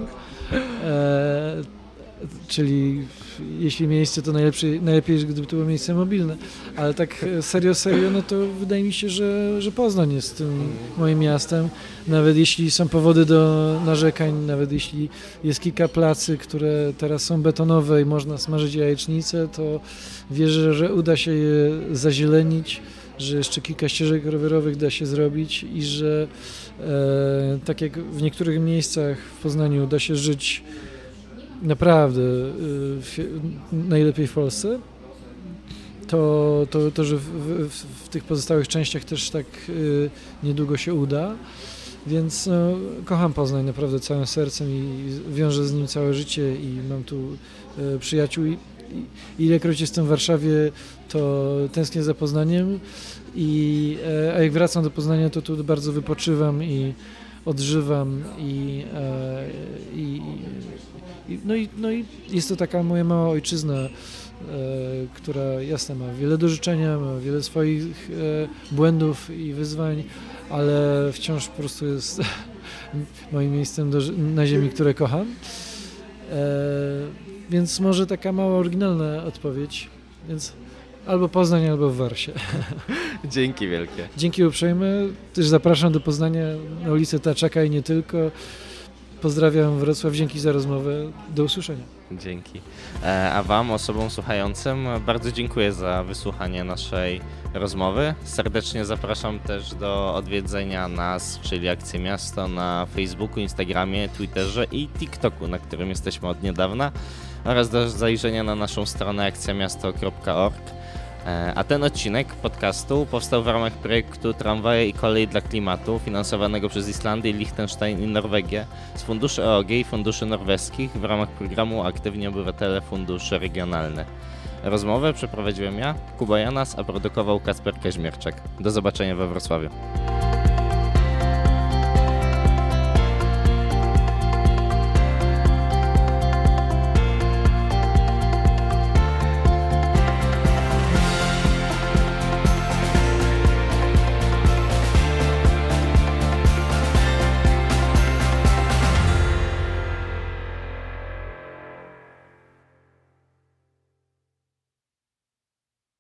e, czyli jeśli miejsce, to najlepsze, najlepiej, gdyby to było miejsce mobilne, ale tak serio, serio, no to wydaje mi się, że, że Poznań jest tym moim miastem, nawet jeśli są powody do narzekań, nawet jeśli jest kilka placy, które teraz są betonowe i można smażyć jajecznicę, to wierzę, że uda się je zazielenić, że jeszcze kilka ścieżek rowerowych da się zrobić i że e, tak jak w niektórych miejscach w Poznaniu da się żyć naprawdę y, w, najlepiej w Polsce, to, to, to że w, w, w tych pozostałych częściach też tak y, niedługo się uda. Więc no, kocham Poznań naprawdę całym sercem i wiążę z nim całe życie i mam tu y, przyjaciół. I, i, ilekroć jestem w Warszawie, to tęsknię za Poznaniem, i, e, a jak wracam do Poznania, to tu bardzo wypoczywam i odżywam i, e, i, i, no, i, no i jest to taka moja mała ojczyzna, e, która jasne ma wiele do życzenia, ma wiele swoich e, błędów i wyzwań, ale wciąż po prostu jest moim miejscem do, na ziemi, które kocham. E, więc może taka mała, oryginalna odpowiedź, więc albo Poznań, albo w Warsie. Dzięki wielkie. Dzięki uprzejme. Też zapraszam do Poznania na ulicę Taczaka i nie tylko. Pozdrawiam Wrocław, dzięki za rozmowę. Do usłyszenia. Dzięki. E, A Wam, osobom słuchającym, bardzo dziękuję za wysłuchanie naszej rozmowy. Serdecznie zapraszam też do odwiedzenia nas, czyli Akcje Miasto, na Facebooku, Instagramie, Twitterze i TikToku, na którym jesteśmy od niedawna, oraz do zajrzenia na naszą stronę akcja miasto kropka org. A ten odcinek podcastu powstał w ramach projektu Tramwaje i kolej dla klimatu, finansowanego przez Islandię, Liechtenstein i Norwegię z funduszy E O G i funduszy norweskich w ramach programu Aktywni Obywatele Fundusze Regionalne. Rozmowę przeprowadziłem ja, Kuba Janas, a produkował Kacper Kaźmierczak. Do zobaczenia we Wrocławiu.